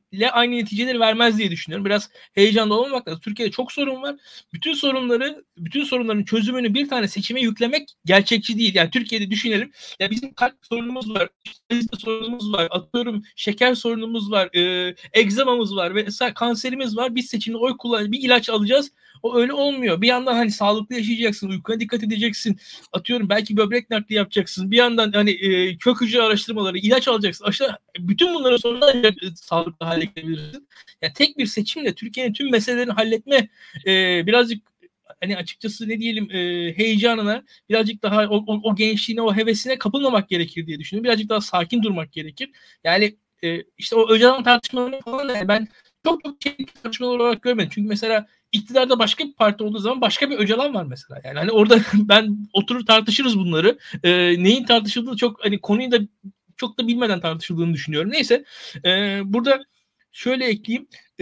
ile aynı neticeleri vermez diye düşünüyorum. Biraz heyecanlı olmamak lazım. Türkiye'de çok sorun var. Bütün sorunları, bütün sorunların çözümünü bir tane seçime yüklemek gerçekçi değil. Yani Türkiye'de düşünelim. Ya bizim kalp sorunumuz var, işte sorunumuz var, atıyorum şeker sorunumuz var, e, egzamamız var ve kanserimiz var. Biz seçimde oy kullan, bir ilaç alacağız. O öyle olmuyor. Bir yandan hani sağlıklı yaşayacaksın, uykuna dikkat edeceksin. Atıyorum belki böbrek nakli yapacaksın. Bir yandan hani e, kök hücre araştırmaları, ilaç alacaksın. Aşağı bütün bunları sonra e, sağlıklı hale gelebilirsin. Yani tek bir seçimle Türkiye'nin tüm meselelerini halletme e, birazcık hani açıkçası ne diyelim e, heyecanına, birazcık daha o, o, o gençliğine, o hevesine kapılmamak gerekir diye düşünüyorum. Birazcık daha sakin durmak gerekir. Yani e, işte o Öcalan tartışmalarını falan yani ben çok çok şey tartışmalar olarak görmedim. Çünkü mesela iktidarda başka bir parti olduğu zaman başka bir Öcalan var mesela. Yani hani orada ben oturur tartışırız bunları. E, neyin tartışıldığı çok hani konuyu da çok da bilmeden tartışıldığını düşünüyorum. Neyse e, burada şöyle ekleyeyim. E,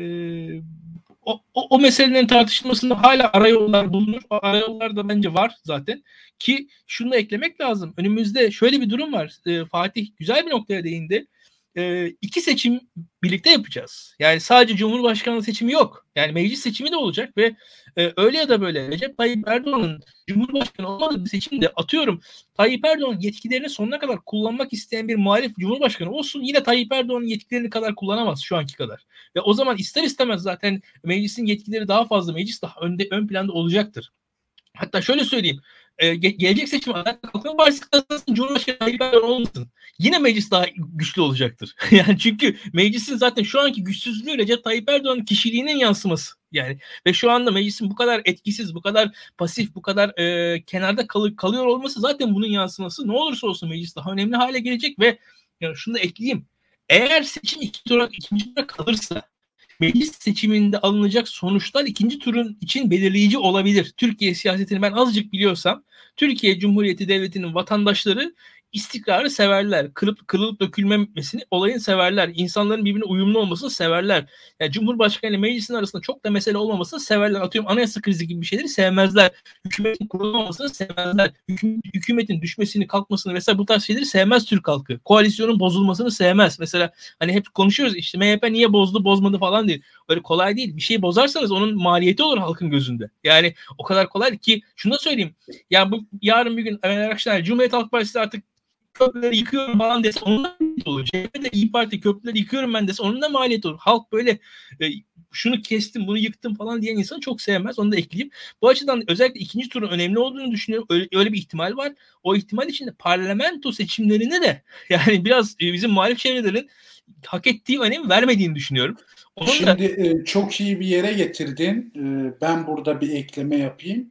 o, o, o meselelerin tartışılmasında hala arayollar bulunur. O arayollar da bence var zaten. Ki şunu da eklemek lazım. Önümüzde şöyle bir durum var. E, Fatih güzel bir noktaya değindi. E, iki seçim birlikte yapacağız. Yani sadece Cumhurbaşkanlığı seçimi yok. Yani meclis seçimi de olacak ve e, öyle ya da böyle Recep Tayyip Erdoğan'ın Cumhurbaşkanı olmadığı bir seçimde atıyorum Tayyip Erdoğan yetkilerini sonuna kadar kullanmak isteyen bir muhalif Cumhurbaşkanı olsun yine Tayyip Erdoğan'ın yetkilerini kadar kullanamaz şu anki kadar. Ve o zaman ister istemez zaten meclisin yetkileri daha fazla, meclis daha önde, ön planda olacaktır. Hatta şöyle söyleyeyim. E, ge- gelecek seçim Adalet Kalkınma Partisi kazansın, Cumhurbaşkanı Tayyip Erdoğan olmasın. Yine meclis daha güçlü olacaktır. Yani çünkü meclisin zaten şu anki güçsüzlüğü Recep Tayyip Erdoğan'ın kişiliğinin yansıması. Yani ve şu anda meclisin bu kadar etkisiz, bu kadar pasif, bu kadar e, kenarda kal- kalıyor olması zaten bunun yansıması. Ne olursa olsun meclis daha önemli hale gelecek ve yani şunu da ekleyeyim. Eğer seçim ikinci tura, ikinci tura kalırsa meclis seçiminde alınacak sonuçlar ikinci turun için belirleyici olabilir. Türkiye siyasetini ben azıcık biliyorsam, Türkiye Cumhuriyeti Devleti'nin vatandaşları istikrarı severler. Kırıp kırılıp dökülmemesini, olayın severler. İnsanların birbirine uyumlu olmasını severler. Yani Cumhurbaşkanı ile meclisin arasında çok da mesele olmamasını severler. Atıyorum anayasa krizi gibi bir şeyleri sevmezler. Hükümetin kurulmamasını sevmezler. Hüküm, hükümetin düşmesini, kalkmasını vesaire bu tarz şeyleri sevmez Türk halkı. Koalisyonun bozulmasını sevmez. Mesela hani hep konuşuyoruz işte M H P niye bozdu, bozmadı falan değil. Öyle kolay değil. Bir şeyi bozarsanız onun maliyeti olur halkın gözünde. Yani o kadar kolay ki şunu da söyleyeyim. Yani bu yarın bir gün arkadaşlar Cumhuriyet Halk Partisi artık köprüleri yıkıyorum falan dese onun da maliyeti olur. C H P de İYİ Parti köprüleri yıkıyorum ben dese onun da maliyeti olur. Halk böyle e, şunu kestim bunu yıktım falan diyen insanı çok sevmez. Onu da ekleyeyim. Bu açıdan özellikle ikinci turun önemli olduğunu düşünüyorum. Öyle, öyle bir ihtimal var. O ihtimal içinde parlamento seçimlerine de yani biraz e, bizim muhalif çevrelerin hak ettiği önemi vermediğini düşünüyorum. Onun Şimdi da... e, çok iyi bir yere getirdin. E, ben burada bir ekleme yapayım.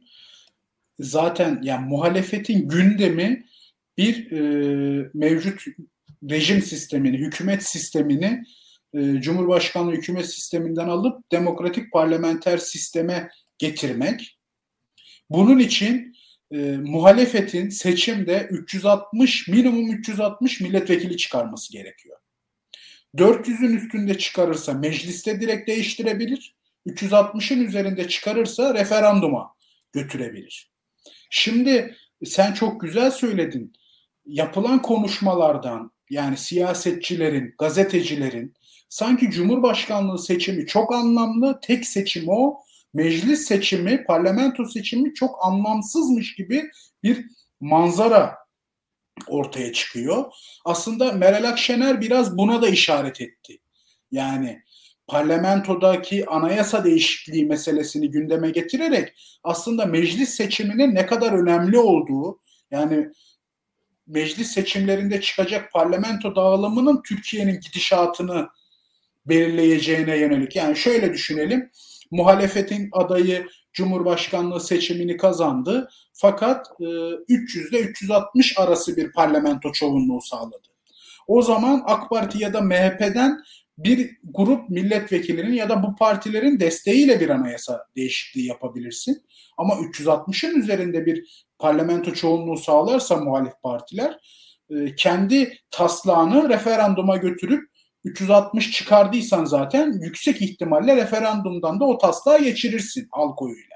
Zaten yani muhalefetin gündemi bir e, mevcut rejim sistemini, hükümet sistemini e, Cumhurbaşkanlığı hükümet sisteminden alıp demokratik parlamenter sisteme getirmek. Bunun için e, muhalefetin seçimde üç yüz altmış minimum üç yüz altmış milletvekili çıkarması gerekiyor. dört yüzün üstünde çıkarırsa mecliste direkt değiştirebilir. üç yüz altmışın üzerinde çıkarırsa referanduma götürebilir. Şimdi sen çok güzel söyledin. Yapılan konuşmalardan yani siyasetçilerin, gazetecilerin sanki Cumhurbaşkanlığı seçimi çok anlamlı, tek seçim o, meclis seçimi, parlamento seçimi çok anlamsızmış gibi bir manzara ortaya çıkıyor. Aslında Meral Akşener biraz buna da işaret etti. Yani parlamentodaki anayasa değişikliği meselesini gündeme getirerek aslında meclis seçiminin ne kadar önemli olduğu, yani meclis seçimlerinde çıkacak parlamento dağılımının Türkiye'nin gidişatını belirleyeceğine yönelik. Yani şöyle düşünelim, muhalefetin adayı Cumhurbaşkanlığı seçimini kazandı fakat e, üç yüz ile üç yüz altmış arası bir parlamento çoğunluğu sağladı. O zaman AK Parti ya da M H P'den bir grup milletvekilinin ya da bu partilerin desteğiyle bir anayasa değişikliği yapabilirsin. Ama üç yüz altmışın üzerinde bir parlamento çoğunluğu sağlarsa muhalif partiler e, kendi taslağını referanduma götürüp üç yüz altmış çıkardıysan zaten yüksek ihtimalle referandumdan da o taslağı geçirirsin halk oyuyla.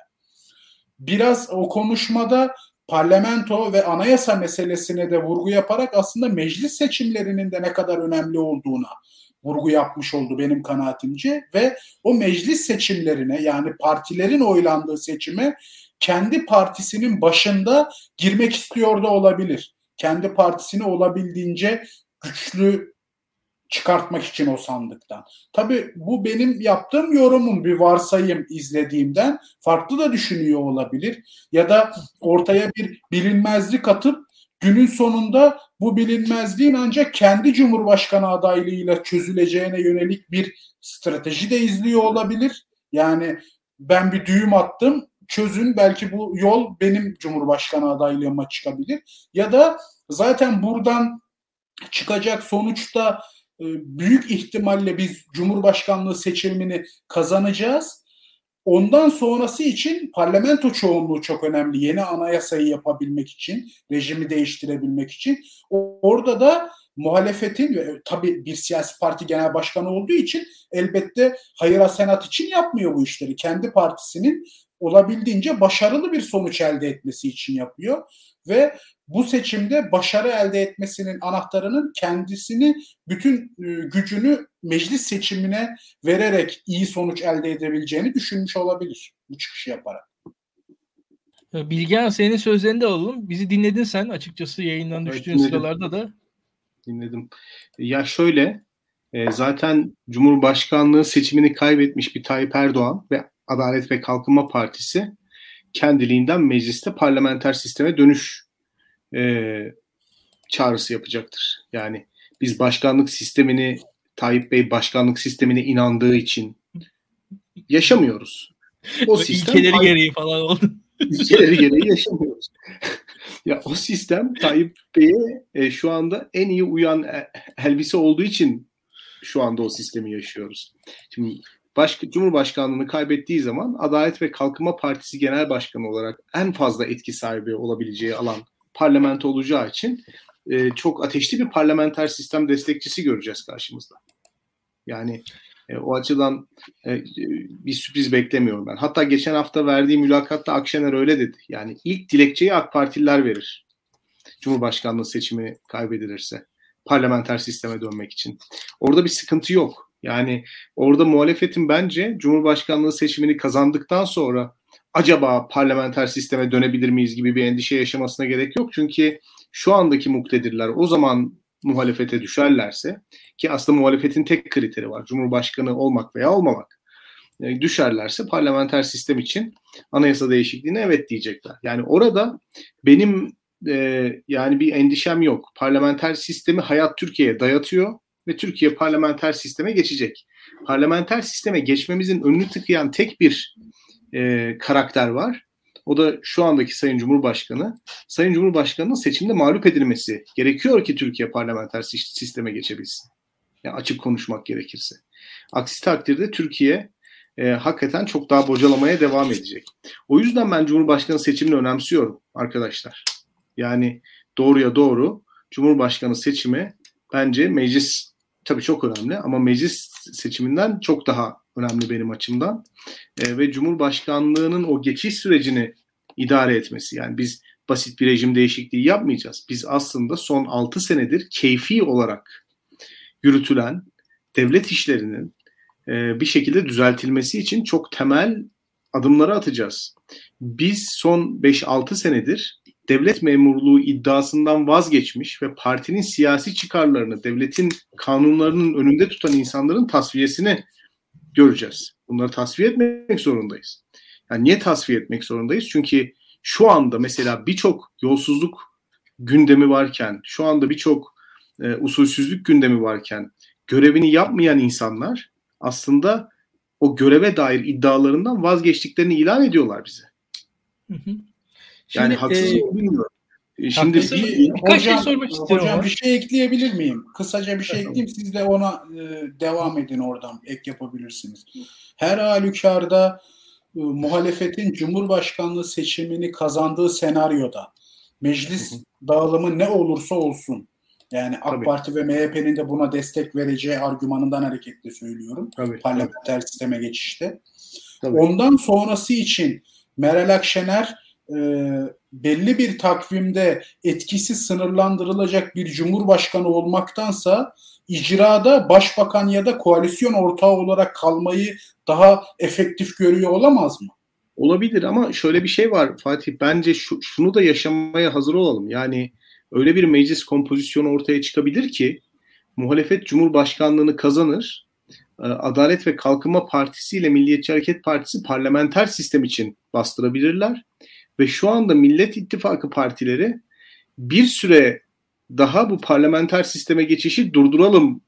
Biraz o konuşmada parlamento ve anayasa meselesine de vurgu yaparak aslında meclis seçimlerinin de ne kadar önemli olduğuna, vurgu yapmış oldu benim kanaatimce ve o meclis seçimlerine, yani partilerin oylandığı seçime kendi partisinin başında girmek istiyor da olabilir. Kendi partisini olabildiğince güçlü çıkartmak için o sandıktan. Tabii bu benim yaptığım yorumum, bir varsayım izlediğimden. Farklı da düşünüyor olabilir. Ya da ortaya bir bilinmezlik atıp günün sonunda bu bilinmezliğin ancak kendi Cumhurbaşkanı adaylığıyla çözüleceğine yönelik bir strateji de izliyor olabilir. Yani ben bir düğüm attım, çözün, belki bu yol benim Cumhurbaşkanı adaylığıma çıkabilir. Ya da zaten buradan çıkacak sonuçta büyük ihtimalle biz Cumhurbaşkanlığı seçimini kazanacağız. Ondan sonrası için parlamento çoğunluğu çok önemli. Yeni anayasayı yapabilmek için, rejimi değiştirebilmek için. Orada da muhalefetin, tabii bir siyasi parti genel başkanı olduğu için elbette hayır hasenat için yapmıyor bu işleri. Kendi partisinin olabildiğince başarılı bir sonuç elde etmesi için yapıyor. Ve bu seçimde başarı elde etmesinin anahtarının kendisini, bütün gücünü meclis seçimine vererek iyi sonuç elde edebileceğini düşünmüş olabilir bu çıkışı yaparak. Bilgehan, senin sözlerini de alalım. Bizi dinledin sen açıkçası yayından düştüğün evet, sıralarda da. Dinledim. Ya şöyle, zaten Cumhurbaşkanlığı seçimini kaybetmiş bir Tayyip Erdoğan ve Adalet ve Kalkınma Partisi kendiliğinden mecliste parlamenter sisteme dönüş e, çağrısı yapacaktır. Yani biz başkanlık sistemini, Tayyip Bey başkanlık sistemine inandığı için yaşamıyoruz. O sistem ilkeleri gereği falan oldu. İlkeleri gereği yaşamıyoruz. Ya o sistem Tayyip Bey'e e, şu anda en iyi uyan e, elbise olduğu için şu anda o sistemi yaşıyoruz. Şimdi Başka, Cumhurbaşkanlığını kaybettiği zaman Adalet ve Kalkınma Partisi Genel Başkanı olarak en fazla etki sahibi olabileceği alan parlamento olacağı için e, çok ateşli bir parlamenter sistem destekçisi göreceğiz karşımızda. Yani e, o açıdan e, bir sürpriz beklemiyorum ben. Hatta geçen hafta verdiği mülakatta Akşener öyle dedi. Yani ilk dilekçeyi AK Partililer verir. Cumhurbaşkanlığı seçimi kaybedilirse parlamenter sisteme dönmek için. Orada bir sıkıntı yok. Yani orada muhalefetin bence Cumhurbaşkanlığı seçimini kazandıktan sonra acaba parlamenter sisteme dönebilir miyiz gibi bir endişe yaşamasına gerek yok. Çünkü şu andaki muktedirler o zaman muhalefete düşerlerse, ki aslında muhalefetin tek kriteri var, Cumhurbaşkanı olmak veya olmamak. E, düşerlerse parlamenter sistem için anayasa değişikliğine evet diyecekler. Yani orada benim e, yani bir endişem yok. Parlamenter sistemi hayat Türkiye'ye dayatıyor ve Türkiye parlamenter sisteme geçecek. Parlamenter sisteme geçmemizin önünü tıkayan tek bir e, karakter var. O da şu andaki Sayın Cumhurbaşkanı. Sayın Cumhurbaşkanı'nın seçimde mağlup edilmesi gerekiyor ki Türkiye parlamenter sisteme geçebilsin. Yani açık konuşmak gerekirse. Aksi takdirde Türkiye e, hakikaten çok daha bocalamaya devam edecek. O yüzden ben Cumhurbaşkanı seçimini önemsiyorum arkadaşlar. Yani doğruya doğru Cumhurbaşkanı seçimi bence meclis tabii çok önemli ama meclis seçiminden çok daha önemli benim açımdan. E, ve Cumhurbaşkanlığının o geçiş sürecini idare etmesi. Yani biz basit bir rejim değişikliği yapmayacağız. Biz aslında son altı senedir keyfi olarak yürütülen devlet işlerinin e, bir şekilde düzeltilmesi için çok temel adımları atacağız. Biz son beş altı senedir devlet memurluğu iddiasından vazgeçmiş ve partinin siyasi çıkarlarını, devletin kanunlarının önünde tutan insanların tasfiyesini göreceğiz. Bunları tasfiye etmek zorundayız. Yani niye tasfiye etmek zorundayız? Çünkü şu anda mesela birçok yolsuzluk gündemi varken, şu anda birçok e, usulsüzlük gündemi varken görevini yapmayan insanlar aslında o göreve dair iddialarından vazgeçtiklerini ilan ediyorlar bize. Hı hı. Şimdi, yani haksız e, mı bilmiyorum. Şimdi bir, bir, birkaç hocam, şey sormak istiyorum. Hocam bir şey ekleyebilir miyim? Kısaca bir şey ekleyeyim. Siz de ona e, devam edin, oradan ek yapabilirsiniz. Her halükarda e, muhalefetin Cumhurbaşkanlığı seçimini kazandığı senaryoda meclis hı hı. dağılımı ne olursa olsun, yani AK Tabii. Parti ve M H P'nin de buna destek vereceği argümanından hareketle söylüyorum. Tabii, parlamenter tabii. sisteme geçişte. Tabii. Ondan sonrası için Meral Akşener e, belli bir takvimde etkisi sınırlandırılacak bir cumhurbaşkanı olmaktansa icrada başbakan ya da koalisyon ortağı olarak kalmayı daha efektif görüyor olamaz mı? Olabilir ama şöyle bir şey var Fatih. Bence şu, şunu da yaşamaya hazır olalım. Yani öyle bir meclis kompozisyonu ortaya çıkabilir ki muhalefet cumhurbaşkanlığını kazanır. Adalet ve Kalkınma Partisi ile Milliyetçi Hareket Partisi parlamenter sistem için bastırabilirler. Ve şu anda Millet İttifakı partileri bir süre daha bu parlamenter sisteme geçişi durduralım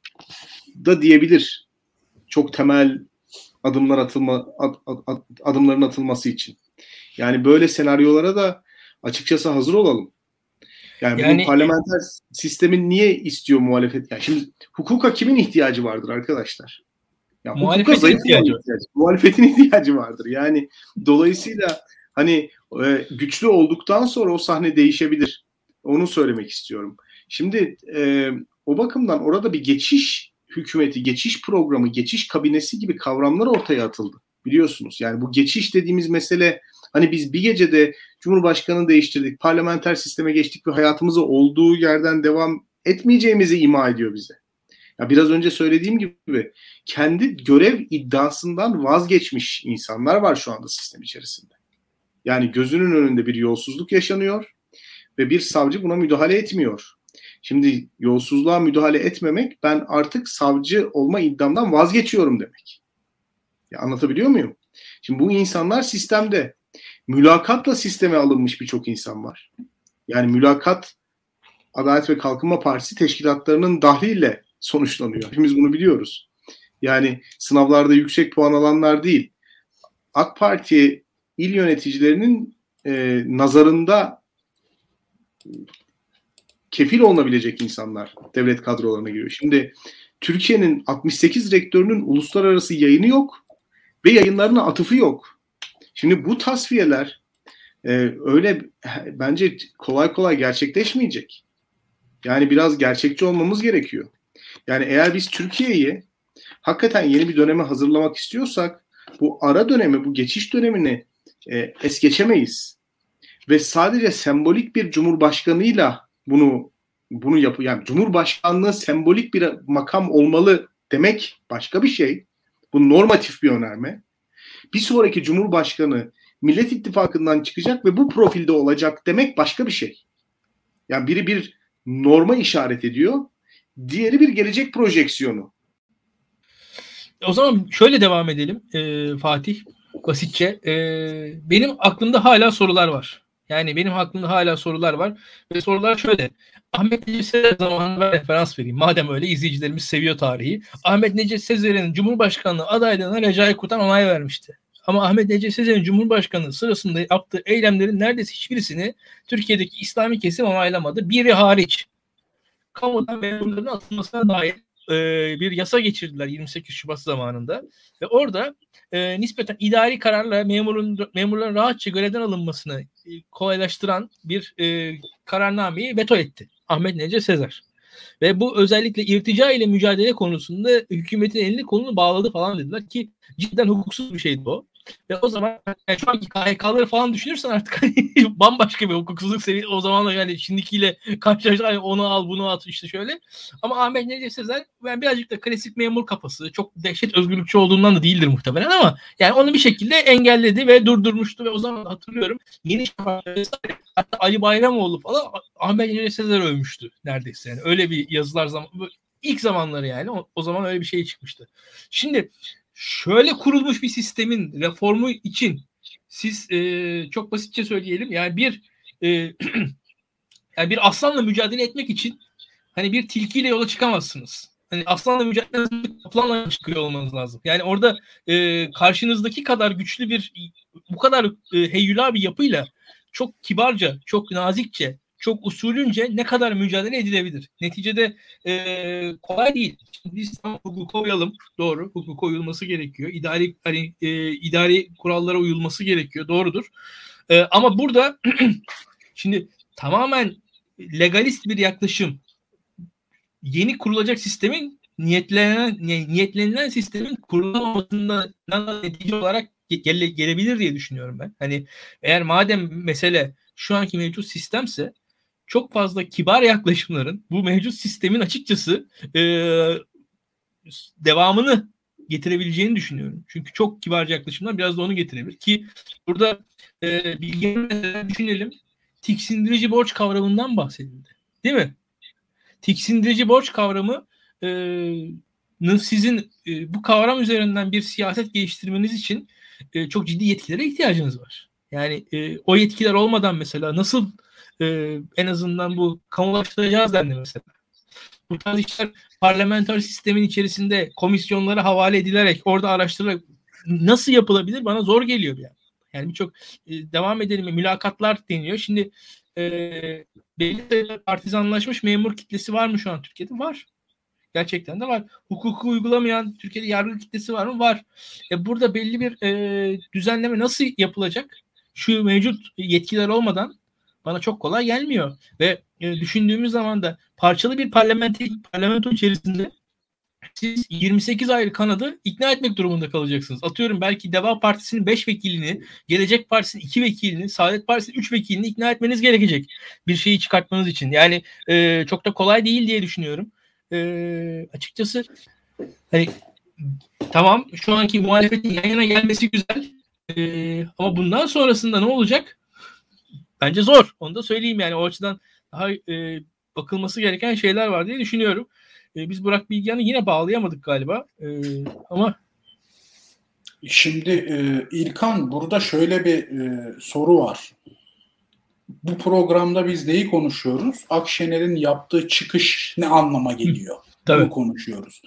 da diyebilir. Çok temel adımlar atılma ad, ad, ad, adımların atılması için. Yani böyle senaryolara da açıkçası hazır olalım. Yani, yani bu parlamenter sistemin niye istiyor muhalefet? Yani şimdi hukuka kimin ihtiyacı vardır arkadaşlar? Yani hukuka zayıf ihtiyacı. ihtiyacı. Muhalefetin ihtiyacı vardır. Yani dolayısıyla hani e, güçlü olduktan sonra o sahne değişebilir. Onu söylemek istiyorum. Şimdi e, o bakımdan orada bir geçiş hükümeti, geçiş programı, geçiş kabinesi gibi kavramlar ortaya atıldı. Biliyorsunuz. Yani bu geçiş dediğimiz mesele hani biz bir gecede Cumhurbaşkanı'nı değiştirdik, parlamenter sisteme geçtik ve hayatımıza olduğu yerden devam etmeyeceğimizi ima ediyor bize. Ya biraz önce söylediğim gibi kendi görev iddiasından vazgeçmiş insanlar var şu anda sistem içerisinde. Yani gözünün önünde bir yolsuzluk yaşanıyor ve bir savcı buna müdahale etmiyor. Şimdi yolsuzluğa müdahale etmemek ben artık savcı olma iddiamdan vazgeçiyorum demek. Ya anlatabiliyor muyum? Şimdi bu insanlar sistemde. Mülakatla sisteme alınmış birçok insan var. Yani mülakat Adalet ve Kalkınma Partisi teşkilatlarının dahliyle sonuçlanıyor. Hepimiz bunu biliyoruz. Yani sınavlarda yüksek puan alanlar değil. AK Parti il yöneticilerinin e, nazarında kefil olunabilecek insanlar devlet kadrolarına giriyor. Şimdi Türkiye'nin altmış sekiz rektörünün uluslararası yayını yok ve yayınlarına atıfı yok. Şimdi bu tasfiyeler e, öyle bence kolay kolay gerçekleşmeyecek. Yani biraz gerçekçi olmamız gerekiyor. Yani eğer biz Türkiye'yi hakikaten yeni bir döneme hazırlamak istiyorsak bu ara dönemi, bu geçiş dönemini e, es geçemeyiz. Ve sadece sembolik bir cumhurbaşkanıyla bunu bunu yapı yani cumhurbaşkanlığı sembolik bir makam olmalı demek başka bir şey. Bu normatif bir önerme. Bir sonraki cumhurbaşkanı Millet İttifakı'ndan çıkacak ve bu profilde olacak demek başka bir şey. Yani biri bir norma işaret ediyor, diğeri bir gelecek projeksiyonu. O zaman şöyle devam edelim e, Fatih, basitçe. E, benim aklımda hala sorular var. Yani benim aklımda hala sorular var. Ve sorular şöyle. Ahmet Necip Sezer zamanına referans vereyim. Madem öyle izleyicilerimiz seviyor tarihi. Ahmet Necip Sezer'in Cumhurbaşkanlığı adaylığına Recai Kutan onay vermişti. Ama Ahmet Necip Sezer'in Cumhurbaşkanlığı sırasında yaptığı eylemlerin neredeyse hiçbirisini Türkiye'deki İslami kesim onaylamadı. Biri hariç. Kamudan memurların atılmasına dair e, bir yasa geçirdiler yirmi sekiz Şubat zamanında. Ve orada e, nispeten idari kararla memurun, memurların rahatça görevden alınmasını e, kolaylaştıran bir e, kararnameyi veto etti Ahmet Necip Sezer. Ve bu özellikle irtica ile mücadele konusunda hükümetin elini kolunu bağladı falan dediler ki cidden hukuksuz bir şeydi o. Ve o zaman yani şu anki K H K'ları falan düşünürsen artık hani bambaşka bir hukuksuzluk seviyesi o zamanla yani şimdikiyle karşılaştık hani onu al bunu at işte şöyle. Ama Ahmet Necip Sezer yani birazcık da klasik memur kafası çok dehşet özgürlükçü olduğundan da değildir muhtemelen ama yani onu bir şekilde engelledi ve durdurmuştu ve o zaman hatırlıyorum Yeni Şafak hatta Ali Bayramoğlu falan Ahmet Necip Sezer övmüştü neredeyse yani öyle bir yazılar zaman ilk zamanları yani o, o zaman öyle bir şey çıkmıştı. Şimdi şöyle kurulmuş bir sistemin reformu için siz e, çok basitçe söyleyelim yani bir e, yani bir aslanla mücadele etmek için hani bir tilkiyle yola çıkamazsınız. Hani aslanla mücadele etmek kaplanla çıkıyor olmanız lazım. Yani orada e, karşınızdaki kadar güçlü bir bu kadar e, heyyula bir yapıyla çok kibarca, çok nazikçe, çok usulünce ne kadar mücadele edilebilir? Neticede e, kolay değil. Şimdi biz hukuku koyalım. Doğru. Hukuku uyulması gerekiyor. İdari hani e, idari kurallara uyulması gerekiyor. Doğrudur. E, ama burada şimdi tamamen legalist bir yaklaşım yeni kurulacak sistemin niyetlenen niyetlenilen sistemin kurulamamasından netice olarak gele, gelebilir diye düşünüyorum ben. Hani eğer madem mesele şu anki mevcut sistemse çok fazla kibar yaklaşımların bu mevcut sistemin açıkçası e, devamını getirebileceğini düşünüyorum. Çünkü çok kibarca yaklaşımlar biraz da onu getirebilir ki burada e, bilgileri düşünelim. Tiksindirici borç kavramından bahsedildi. Değil mi? Tiksindirici borç kavramı e, sizin e, bu kavram üzerinden bir siyaset geliştirmeniz için e, çok ciddi yetkilere ihtiyacınız var. Yani e, o yetkiler olmadan mesela nasıl e, en azından bu kamulaştıracağız dendi mesela. Bu tarz işler parlamenter sistemin içerisinde komisyonlara havale edilerek orada araştırılarak nasıl yapılabilir bana zor geliyor yani. Yani birçok e, devam edelim mülakatlar deniyor. Şimdi e, belli partizanlaşmış memur kitlesi var mı şu an Türkiye'de? Var. Gerçekten de var. Hukuku uygulamayan Türkiye'de yargı kitlesi var mı? Var. E, burada belli bir e, düzenleme nasıl yapılacak? Şu mevcut yetkiler olmadan bana çok kolay gelmiyor. Ve e, düşündüğümüz zaman da parçalı bir parlamento, parlamento içerisinde siz yirmi sekiz ayrı kanadı ikna etmek durumunda kalacaksınız. Atıyorum belki Deva Partisi'nin beş vekilini, Gelecek Partisi'nin iki vekilini, Saadet Partisi'nin üç vekilini ikna etmeniz gerekecek. Bir şeyi çıkartmanız için. Yani e, çok da kolay değil diye düşünüyorum. E, açıkçası hani tamam şu anki muhalefetin yan yana gelmesi güzel. E, ama bundan sonrasında ne olacak? Bence zor. Onu da söyleyeyim yani o açıdan daha e, bakılması gereken şeyler var diye düşünüyorum. E, biz Burak Bilgehan'ı yine bağlayamadık galiba. E, ama şimdi e, İlkan burada şöyle bir e, soru var. Bu programda biz neyi konuşuyoruz? Akşener'in yaptığı çıkış ne anlama geliyor? Tabii. Bunu konuşuyoruz.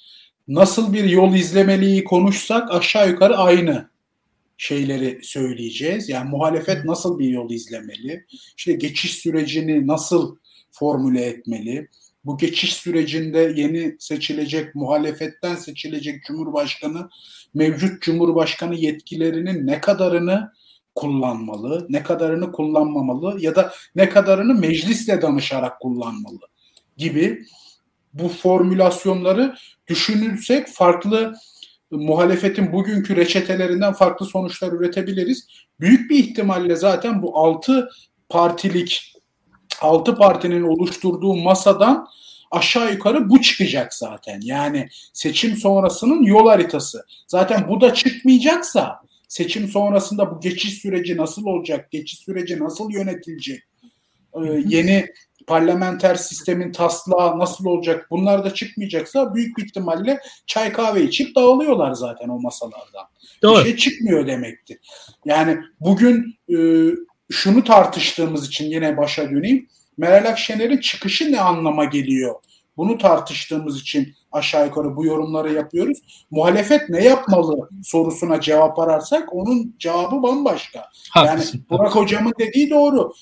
Nasıl bir yol izlemeliyi konuşsak aşağı yukarı aynı şeyleri söyleyeceğiz. Yani muhalefet nasıl bir yol izlemeli? İşte geçiş sürecini nasıl formüle etmeli? Bu geçiş sürecinde yeni seçilecek, muhalefetten seçilecek Cumhurbaşkanı, mevcut Cumhurbaşkanı yetkilerinin ne kadarını kullanmalı, ne kadarını kullanmamalı ya da ne kadarını meclisle danışarak kullanmalı gibi bu formülasyonları düşünürsek farklı muhalefetin bugünkü reçetelerinden farklı sonuçlar üretebiliriz. Büyük bir ihtimalle zaten bu altı partilik, altı partinin oluşturduğu masadan aşağı yukarı bu çıkacak zaten. Yani seçim sonrasının yol haritası. Zaten bu da çıkmayacaksa seçim sonrasında bu geçiş süreci nasıl olacak, geçiş süreci nasıl yönetilecek, ee, yeni parlamenter sistemin taslağı nasıl olacak, bunlar da çıkmayacaksa büyük bir ihtimalle çay kahve içip dağılıyorlar zaten o masalardan. Doğru. Bir şey çıkmıyor demektir. Yani bugün e, şunu tartıştığımız için yine başa döneyim. Meral Akşener'in çıkışı ne anlama geliyor? Bunu tartıştığımız için aşağı yukarı bu yorumları yapıyoruz. Muhalefet ne yapmalı sorusuna cevap ararsak onun cevabı bambaşka. Haklısın. Yani Burak Hocam'ın dediği doğru.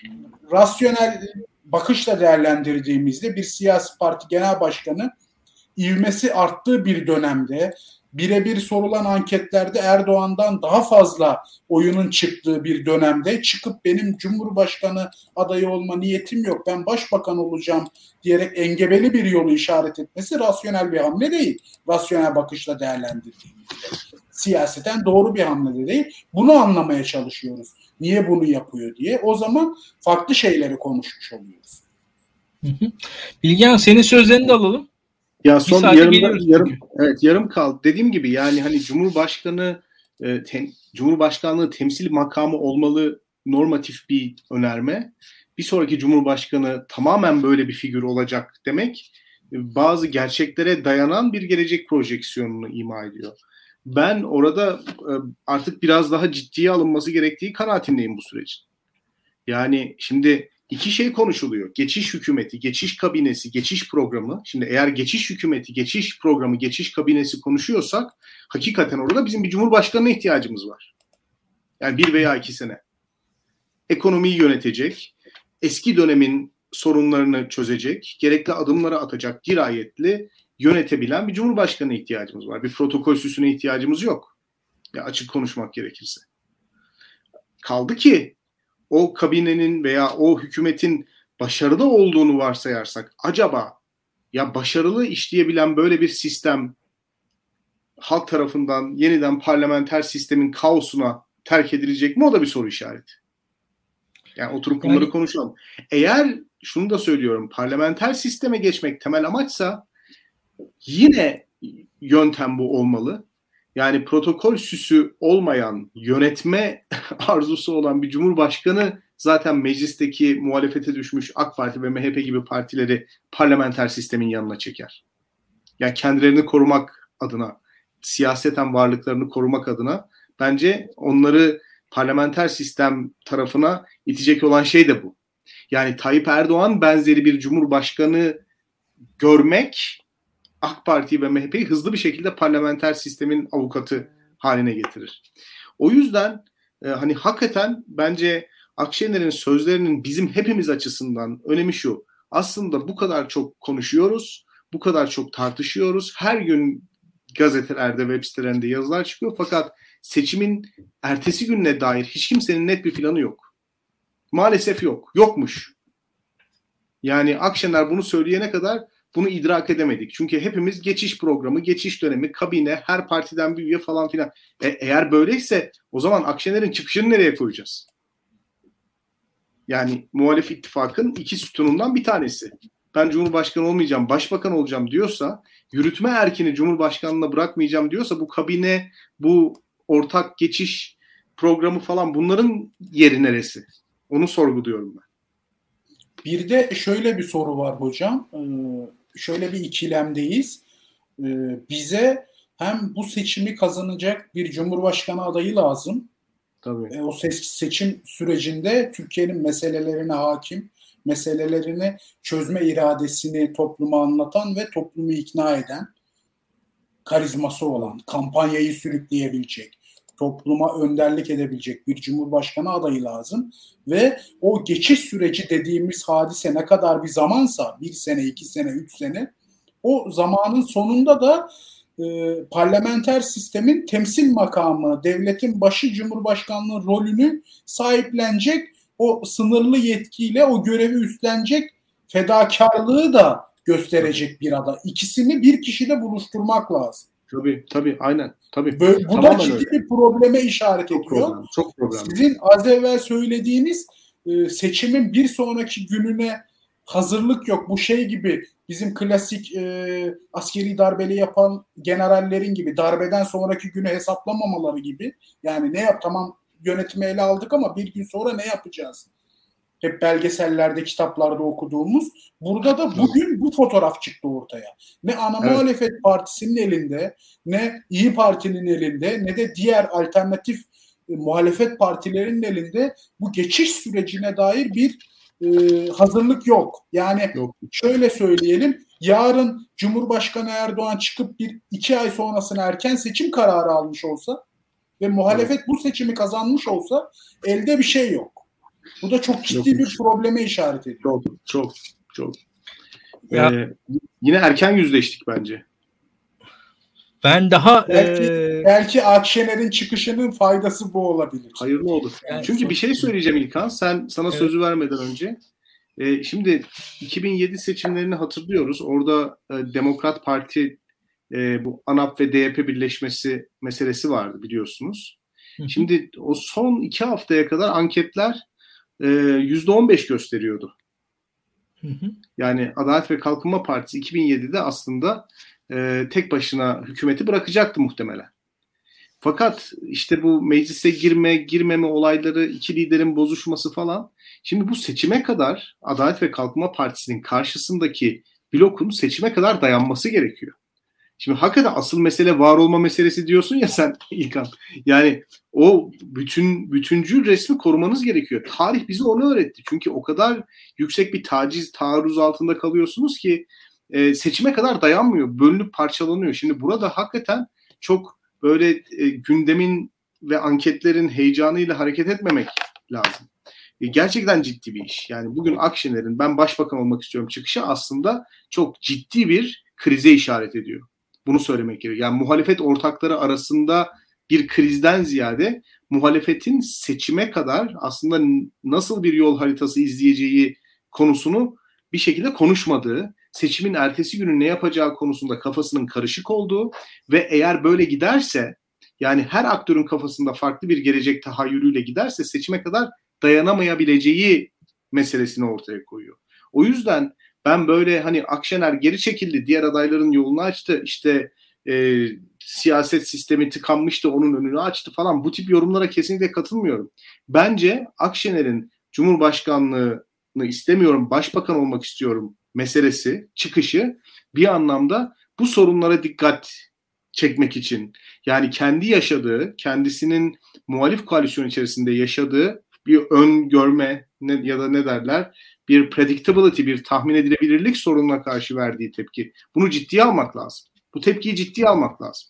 Rasyonel bakışla değerlendirdiğimizde bir siyasi parti genel başkanı ivmesi arttığı bir dönemde birebir sorulan anketlerde Erdoğan'dan daha fazla oyunun çıktığı bir dönemde çıkıp benim Cumhurbaşkanı adayı olma niyetim yok, ben başbakan olacağım diyerek engebeli bir yolu işaret etmesi rasyonel bir hamle değil. Rasyonel bakışla değerlendirdiğimizde. Siyaseten doğru bir hamle de değil. Bunu anlamaya çalışıyoruz. Niye bunu yapıyor diye. O zaman farklı şeyleri konuşmuş oluyoruz. Bilgehan senin sözlerini de alalım. Ya son yarım, yarım evet yarım kaldı. Dediğim gibi yani hani Cumhurbaşkanı e, tem, Cumhurbaşkanlığı temsil makamı olmalı normatif bir önerme. Bir sonraki Cumhurbaşkanı tamamen böyle bir figür olacak demek bazı gerçeklere dayanan bir gelecek projeksiyonunu ima ediyor. Ben orada e, artık biraz daha ciddiye alınması gerektiği kanaatindeyim bu sürecin. Yani şimdi İki şey konuşuluyor. Geçiş hükümeti, geçiş kabinesi, geçiş programı. Şimdi eğer geçiş hükümeti, geçiş programı, geçiş kabinesi konuşuyorsak hakikaten orada bizim bir cumhurbaşkanına ihtiyacımız var. Yani bir veya iki sene. Ekonomiyi yönetecek, eski dönemin sorunlarını çözecek, gerekli adımları atacak, dirayetli yönetebilen bir cumhurbaşkanına ihtiyacımız var. Bir protokol süsüne ihtiyacımız yok. Ya açık konuşmak gerekirse. Kaldı ki o kabinenin veya o hükümetin başarılı olduğunu varsayarsak acaba ya başarılı işleyebilen böyle bir sistem halk tarafından yeniden parlamenter sistemin kaosuna terk edilecek mi? O da bir soru işareti. Yani oturup bunları Yani, konuşalım. Eğer şunu da söylüyorum, parlamenter sisteme geçmek temel amaçsa yine yöntem bu olmalı. Yani protokol süsü olmayan, yönetme arzusu olan bir cumhurbaşkanı zaten meclisteki muhalefete düşmüş AK Parti ve M H P gibi partileri parlamenter sistemin yanına çeker. Yani kendilerini korumak adına, siyaseten varlıklarını korumak adına bence onları parlamenter sistem tarafına itecek olan şey de bu. Yani Tayyip Erdoğan benzeri bir cumhurbaşkanı görmek AK Parti ve M H P'yi hızlı bir şekilde parlamenter sistemin avukatı haline getirir. O yüzden e, hani hakikaten bence Akşener'in sözlerinin bizim hepimiz açısından önemi şu. Aslında bu kadar çok konuşuyoruz, bu kadar çok tartışıyoruz. Her gün gazetelerde, web sitelerinde yazılar çıkıyor. Fakat seçimin ertesi gününe dair hiç kimsenin net bir planı yok. Maalesef yok. Yokmuş. Yani Akşener bunu söyleyene kadar bunu idrak edemedik. Çünkü hepimiz geçiş programı, geçiş dönemi, kabine, her partiden bir üye falan filan. E, eğer böyleyse o zaman Akşener'in çıkışını nereye koyacağız? Yani muhalif ittifakın iki sütunundan bir tanesi. Ben Cumhurbaşkanı olmayacağım, başbakan olacağım diyorsa, yürütme erkini Cumhurbaşkanlığına bırakmayacağım diyorsa bu kabine, bu ortak geçiş programı falan bunların yeri neresi? Onu sorguluyorum ben. Bir de şöyle bir soru var hocam. Ee, şöyle bir ikilemdeyiz. Ee, bize hem bu seçimi kazanacak bir cumhurbaşkanı adayı lazım. Tabii. Ee, o se- seçim sürecinde Türkiye'nin meselelerine hakim, meselelerini çözme iradesini topluma anlatan ve toplumu ikna eden, karizması olan, kampanyayı sürükleyebilecek, topluma önderlik edebilecek bir cumhurbaşkanı adayı lazım. Ve o geçiş süreci dediğimiz hadise ne kadar bir zamansa, bir sene, iki sene, üç sene, o zamanın sonunda da e, parlamenter sistemin temsil makamı, devletin başı cumhurbaşkanlığı rolünü sahiplenecek, o sınırlı yetkiyle o görevi üstlenecek fedakarlığı da gösterecek bir aday. İkisini bir kişide buluşturmak lazım. Tabii, tabii, aynen. Tabii. Böyle, bu Tamamen da ciddi öyle. bir probleme işaret Çok ediyor. problem, çok problem. Sizin az evvel söylediğiniz e, seçimin bir sonraki gününe hazırlık yok. Bu şey gibi, bizim klasik e, askeri darbeli yapan generallerin gibi, darbeden sonraki günü hesaplamamaları gibi. Yani ne yap, tamam yönetimi ele aldık ama bir gün sonra ne yapacağız? Hep belgesellerde, kitaplarda okuduğumuz. Burada da bugün bu fotoğraf çıktı ortaya. Ne ana Evet. muhalefet partisinin elinde, ne İyi Parti'nin elinde, ne de diğer alternatif e, muhalefet partilerinin elinde bu geçiş sürecine dair bir e, hazırlık yok. Yani Yok. şöyle söyleyelim, yarın Cumhurbaşkanı Erdoğan çıkıp bir iki ay sonrasına erken seçim kararı almış olsa ve muhalefet bu seçimi kazanmış olsa elde bir şey yok. Bu da çok ciddi Yok. bir probleme işaret ediyor. Çok, çok, çok. Ya, Ee, yine erken yüzleştik bence. Ben daha Belki, e, belki Akşener'in çıkışının faydası bu olabilir. Hayırlı olur. Yani Çünkü çok- bir şey söyleyeceğim İlkan. Sen sana Evet. sözü vermeden önce. Ee, şimdi iki bin yedi seçimlerini hatırlıyoruz. Orada e, Demokrat Parti e, bu ANAP ve D Y P birleşmesi meselesi vardı biliyorsunuz. Hı hı. Şimdi o son iki haftaya kadar anketler e, yüzde on beş gösteriyordu. Hı hı. Yani Adalet ve Kalkınma Partisi iki bin yedide aslında e, tek başına hükümeti bırakacaktı muhtemelen. Fakat işte bu meclise girme, girmeme olayları, iki liderin bozuşması falan. Şimdi bu seçime kadar Adalet ve Kalkınma Partisi'nin karşısındaki blokun seçime kadar dayanması gerekiyor. Şimdi hakikaten asıl mesele var olma meselesi diyorsun ya sen İlkan. Yani o bütün bütüncül resmi korumanız gerekiyor. Tarih bize onu öğretti. Çünkü o kadar yüksek bir taciz, taarruz altında kalıyorsunuz ki e, seçime kadar dayanmıyor. Bölünüp parçalanıyor. Şimdi burada hakikaten çok böyle e, gündemin ve anketlerin heyecanıyla hareket etmemek lazım. E, gerçekten ciddi bir iş. Yani bugün Akşener'in ben başbakan olmak istiyorum çıkışı aslında çok ciddi bir krize işaret ediyor. Bunu söylemek gerekiyor. Yani muhalefet ortakları arasında bir krizden ziyade muhalefetin seçime kadar aslında nasıl bir yol haritası izleyeceği konusunu bir şekilde konuşmadığı, seçimin ertesi günü ne yapacağı konusunda kafasının karışık olduğu ve eğer böyle giderse, yani her aktörün kafasında farklı bir gelecek tahayyülüyle giderse seçime kadar dayanamayabileceği meselesini ortaya koyuyor. O yüzden ben böyle hani Akşener geri çekildi, diğer adayların yolunu açtı, işte e, siyaset sistemi tıkanmıştı, onun önünü açtı falan, bu tip yorumlara kesinlikle katılmıyorum. Bence Akşener'in Cumhurbaşkanlığını istemiyorum, başbakan olmak istiyorum meselesi, çıkışı bir anlamda bu sorunlara dikkat çekmek için, yani kendi yaşadığı, kendisinin muhalif koalisyon içerisinde yaşadığı bir öngörme ne, ya da ne derler, bir predictability, bir tahmin edilebilirlik sorununa karşı verdiği tepki. Bunu ciddiye almak lazım. Bu tepkiyi ciddiye almak lazım.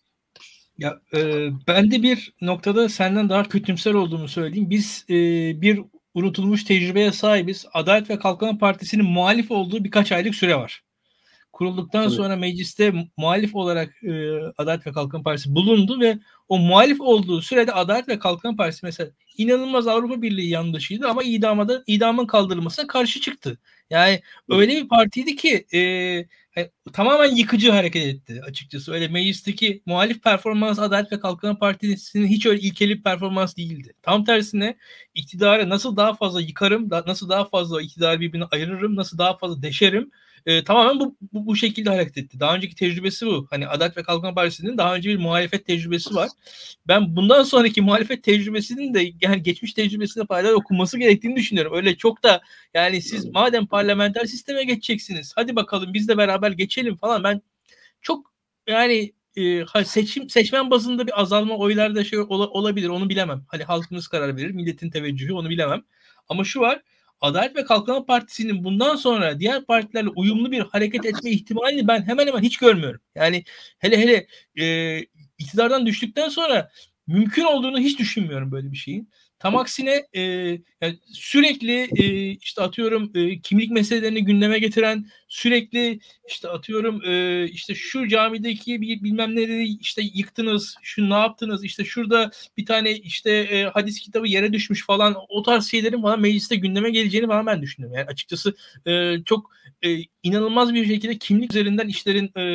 Ya e, ben de bir noktada senden daha kötümser olduğumu söyleyeyim. Biz e, bir unutulmuş tecrübeye sahibiz. Adalet ve Kalkınma Partisi'nin muhalif olduğu birkaç aylık süre var. Kurulduktan evet. sonra mecliste muhalif olarak e, Adalet ve Kalkınma Partisi bulundu ve o muhalif olduğu sürede Adalet ve Kalkınma Partisi mesela inanılmaz Avrupa Birliği yandaşıydı ama idamada idamın kaldırılmasına karşı çıktı. Yani öyle bir partiydi ki e, yani, tamamen yıkıcı hareket etti açıkçası. Öyle meclisteki muhalif performans Adalet ve Kalkınma Partisi'nin hiç öyle ilkeli bir performans değildi. Tam tersine iktidarı nasıl daha fazla yıkarım, nasıl daha fazla iktidarı birbirine ayırırım, nasıl daha fazla deşerim, E, tamamen bu, bu bu şekilde hareket etti. Daha önceki tecrübesi bu. Hani Adalet ve Kalkınma Partisi'nin daha önce bir muhalefet tecrübesi var. Ben bundan sonraki muhalefet tecrübesinin de yani geçmiş tecrübesine paralel okunması gerektiğini düşünüyorum. Öyle çok da yani siz madem parlamenter sisteme geçeceksiniz, hadi bakalım biz de beraber geçelim falan. Ben çok yani e, seçim seçmen bazında bir azalma oylarda şey ol, olabilir. Onu bilemem. Hani halkımız karar verir. Milletin teveccühü, onu bilemem. Ama şu var. Adalet ve Kalkınma Partisi'nin bundan sonra diğer partilerle uyumlu bir hareket etme ihtimalini ben hemen hemen hiç görmüyorum. Yani hele hele e, iktidardan düştükten sonra mümkün olduğunu hiç düşünmüyorum böyle bir şeyin. Tam aksine e, yani sürekli e, işte atıyorum e, kimlik meselelerini gündeme getiren, sürekli işte atıyorum e, işte şu camideki bir bilmem neleri işte yıktınız, şu ne yaptınız, işte şurada bir tane işte e, hadis kitabı yere düşmüş falan, o tarz şeylerin falan mecliste gündeme geleceğini falan ben düşünüyorum. Yani açıkçası e, çok e, inanılmaz bir şekilde kimlik üzerinden işlerin e,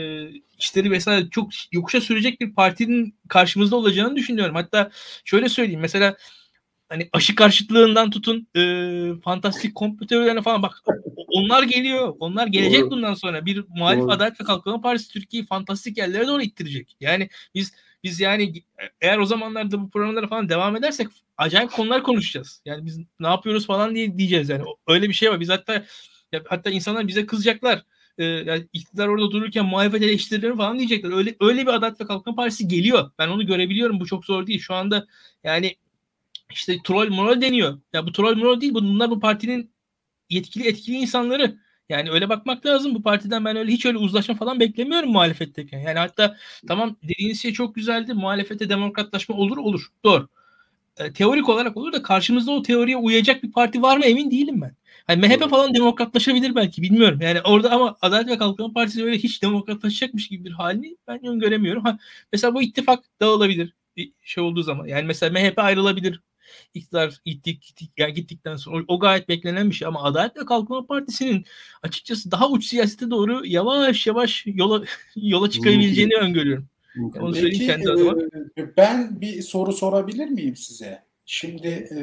işleri vesaire çok yokuşa sürecek bir partinin karşımızda olacağını düşünüyorum. Hatta şöyle söyleyeyim, mesela hani aşı karşıtlığından tutun e, fantastik komplo teorilerine falan bak, onlar geliyor. Onlar gelecek doğru. Bundan sonra bir muhalif doğru. Adalet ve Kalkınma Partisi Türkiye'yi fantastik yerlere doğru ittirecek. Yani biz biz yani eğer o zamanlarda bu programlara falan devam edersek acayip konular konuşacağız. Yani biz ne yapıyoruz falan diye diyeceğiz yani. Öyle bir şey var. Biz hatta hatta insanlar bize kızacaklar. Ee, yani iktidar orada dururken muhalefet eleştirileri falan diyecekler. Öyle öyle bir Adalet ve Kalkınma Partisi geliyor. Ben onu görebiliyorum. Bu çok zor değil. Şu anda yani İşte troll moral deniyor. Ya bu troll moral değil. Bunlar bu partinin yetkili etkili insanları. Yani öyle bakmak lazım. Bu partiden ben öyle hiç öyle uzlaşma falan beklemiyorum muhalefetteyken. Yani hatta tamam dediğiniz şey çok güzeldi. Muhalefete demokratlaşma olur olur. Doğru. E, teorik olarak olur da karşımızda o teoriye uyacak bir parti var mı emin değilim ben. Hani M H P doğru. falan demokratlaşabilir belki, bilmiyorum. Yani orada ama Adalet ve Kalkınma Partisi öyle hiç demokratlaşacakmış gibi bir halini ben onu göremiyorum. Ha, mesela bu ittifak dağılabilir bir şey olduğu zaman. Yani mesela M H P ayrılabilir. İktidar gittik, gittik, yani gittikten sonra o, o gayet beklenen bir şey ama Adalet ve Kalkınma Partisi'nin açıkçası daha uç siyasete doğru yavaş yavaş yola yola çıkabileceğini öngörüyorum. Yani onu söyleyeyim Peki, kendi adıma. E, ben bir soru sorabilir miyim size? Şimdi e,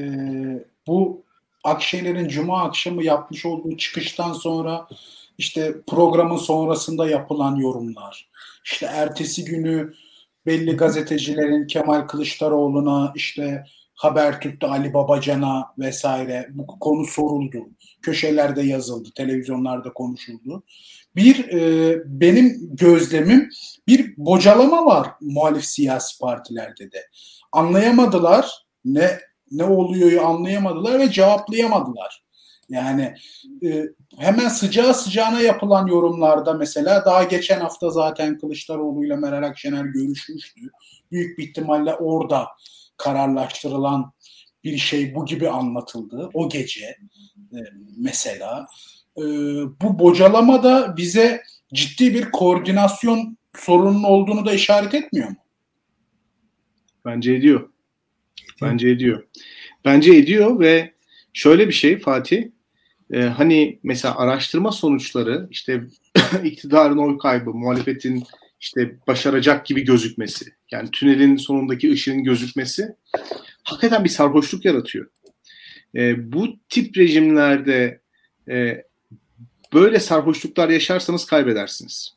bu Akşener'in Cuma akşamı yapmış olduğu çıkıştan sonra işte programın sonrasında yapılan yorumlar, işte ertesi günü belli gazetecilerin Kemal Kılıçdaroğlu'na, işte Habertürk'te Ali Babacan'a vesaire bu konu soruldu. Köşelerde yazıldı, televizyonlarda konuşuldu. Bir e, benim gözlemim bir bocalama var muhalif siyasi partilerde de. Anlayamadılar, ne ne oluyor anlayamadılar ve cevaplayamadılar. Yani e, hemen sıcağı sıcağına yapılan yorumlarda mesela daha geçen hafta zaten Kılıçdaroğlu ile Meral Akşener görüşmüştü. Büyük bir ihtimalle orada kararlaştırılan bir şey bu gibi anlatıldı o gece e, mesela. E, bu bocalama da bize ciddi bir koordinasyon sorunun olduğunu da işaret etmiyor mu? Bence ediyor. Bence ediyor. Bence ediyor ve şöyle bir şey Fatih, e, hani mesela araştırma sonuçları işte iktidarın oy kaybı, muhalefetin işte başaracak gibi gözükmesi, yani tünelin sonundaki ışığın gözükmesi hakikaten bir sarhoşluk yaratıyor. E, bu tip rejimlerde e, böyle sarhoşluklar yaşarsanız kaybedersiniz.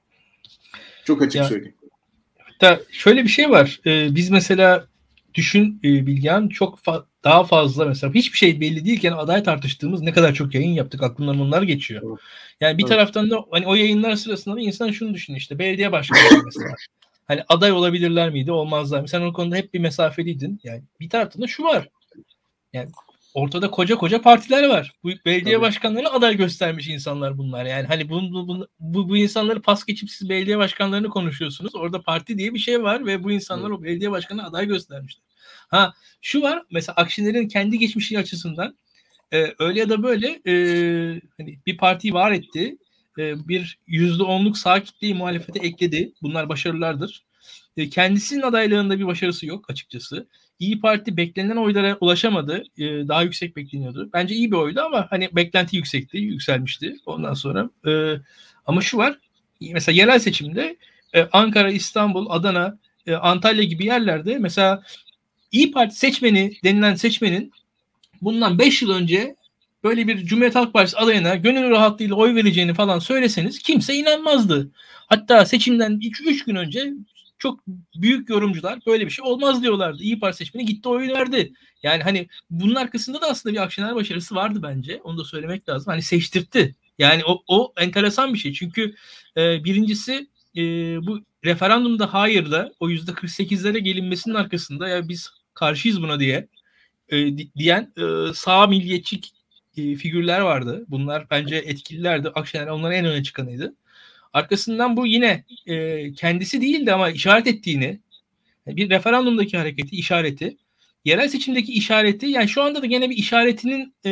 Çok açık ya, söyleyeyim. Hatta şöyle bir şey var. Ee, biz mesela düşün e, Bilgehan çok fa- daha fazla mesela hiçbir şey belli değilken aday tartıştığımız ne kadar çok yayın yaptık. Aklımdan bunlar geçiyor. Evet. Yani bir evet. taraftan da hani o yayınlar sırasında da insan şunu düşünüyor işte belediye başkanı mesela. Hani aday olabilirler miydi, olmazlar mı? Sen o konuda hep bir mesafeliydin. Yani bir taraftan da şu var. Yani ortada koca koca partiler var. Bu belediye Tabii. başkanlarını aday göstermiş insanlar bunlar. Yani hani bu, bu, bu, bu insanları pas geçip siz belediye başkanlarını konuşuyorsunuz. Orada parti diye bir şey var ve bu insanlar evet. o belediye başkanı aday göstermişler. Ha şu var mesela Akşener'in kendi geçmişi açısından e, öyle ya da böyle e, hani bir partiyi var etti. E, bir yüzde onluk sağ kitleyi muhalefete ekledi. Bunlar başarılardır. E, kendisinin adaylığında bir başarısı yok açıkçası. İyi Parti beklenen oylara ulaşamadı. Ee, daha yüksek bekleniyordu. Bence iyi bir oydu ama hani beklenti yüksekti, yükselmişti ondan sonra. Ee, ama şu var. Mesela yerel seçimde e, Ankara, İstanbul, Adana, e, Antalya gibi yerlerde mesela İyi Parti seçmeni denilen seçmenin bundan beş yıl önce böyle bir Cumhuriyet Halk Partisi adayına gönül rahatlığıyla oy vereceğini falan söyleseniz kimse inanmazdı. Hatta seçimden üç gün önce çok büyük yorumcular böyle bir şey olmaz diyorlardı. İyi Parti seçmeni gitti oy verdi. Yani hani bunun arkasında da aslında bir Akşener başarısı vardı bence. Onu da söylemek lazım. Hani seçtirtti. Yani o, o enteresan bir şey. Çünkü e, birincisi e, bu referandumda hayırda o yüzde kırk sekizlere gelinmesinin arkasında ya biz karşıyız buna diye e, diyen e, sağ milliyetçi e, figürler vardı. Bunlar bence etkililerdi. Akşener onların en öne çıkanıydı. Arkasından bu yine e, kendisi değildi ama işaret ettiğini, bir referandumdaki hareketi, işareti, yerel seçimdeki işareti, yani şu anda da gene bir işaretinin e,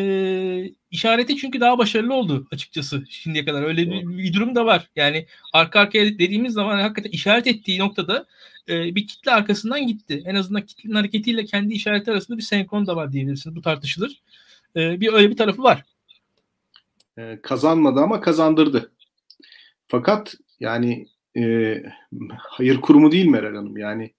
işareti çünkü daha başarılı oldu açıkçası şimdiye kadar. Öyle bir, bir durum da var. Yani arka arkaya dediğimiz zaman hakikaten işaret ettiği noktada e, bir kitle arkasından gitti. En azından kitlenin hareketiyle kendi işareti arasında bir senkron da var diyebilirsiniz. Bu tartışılır. E, bir öyle bir tarafı var. E, kazanmadı ama kazandırdı. Fakat yani e, hayır kurumu değil Meral Hanım. Yani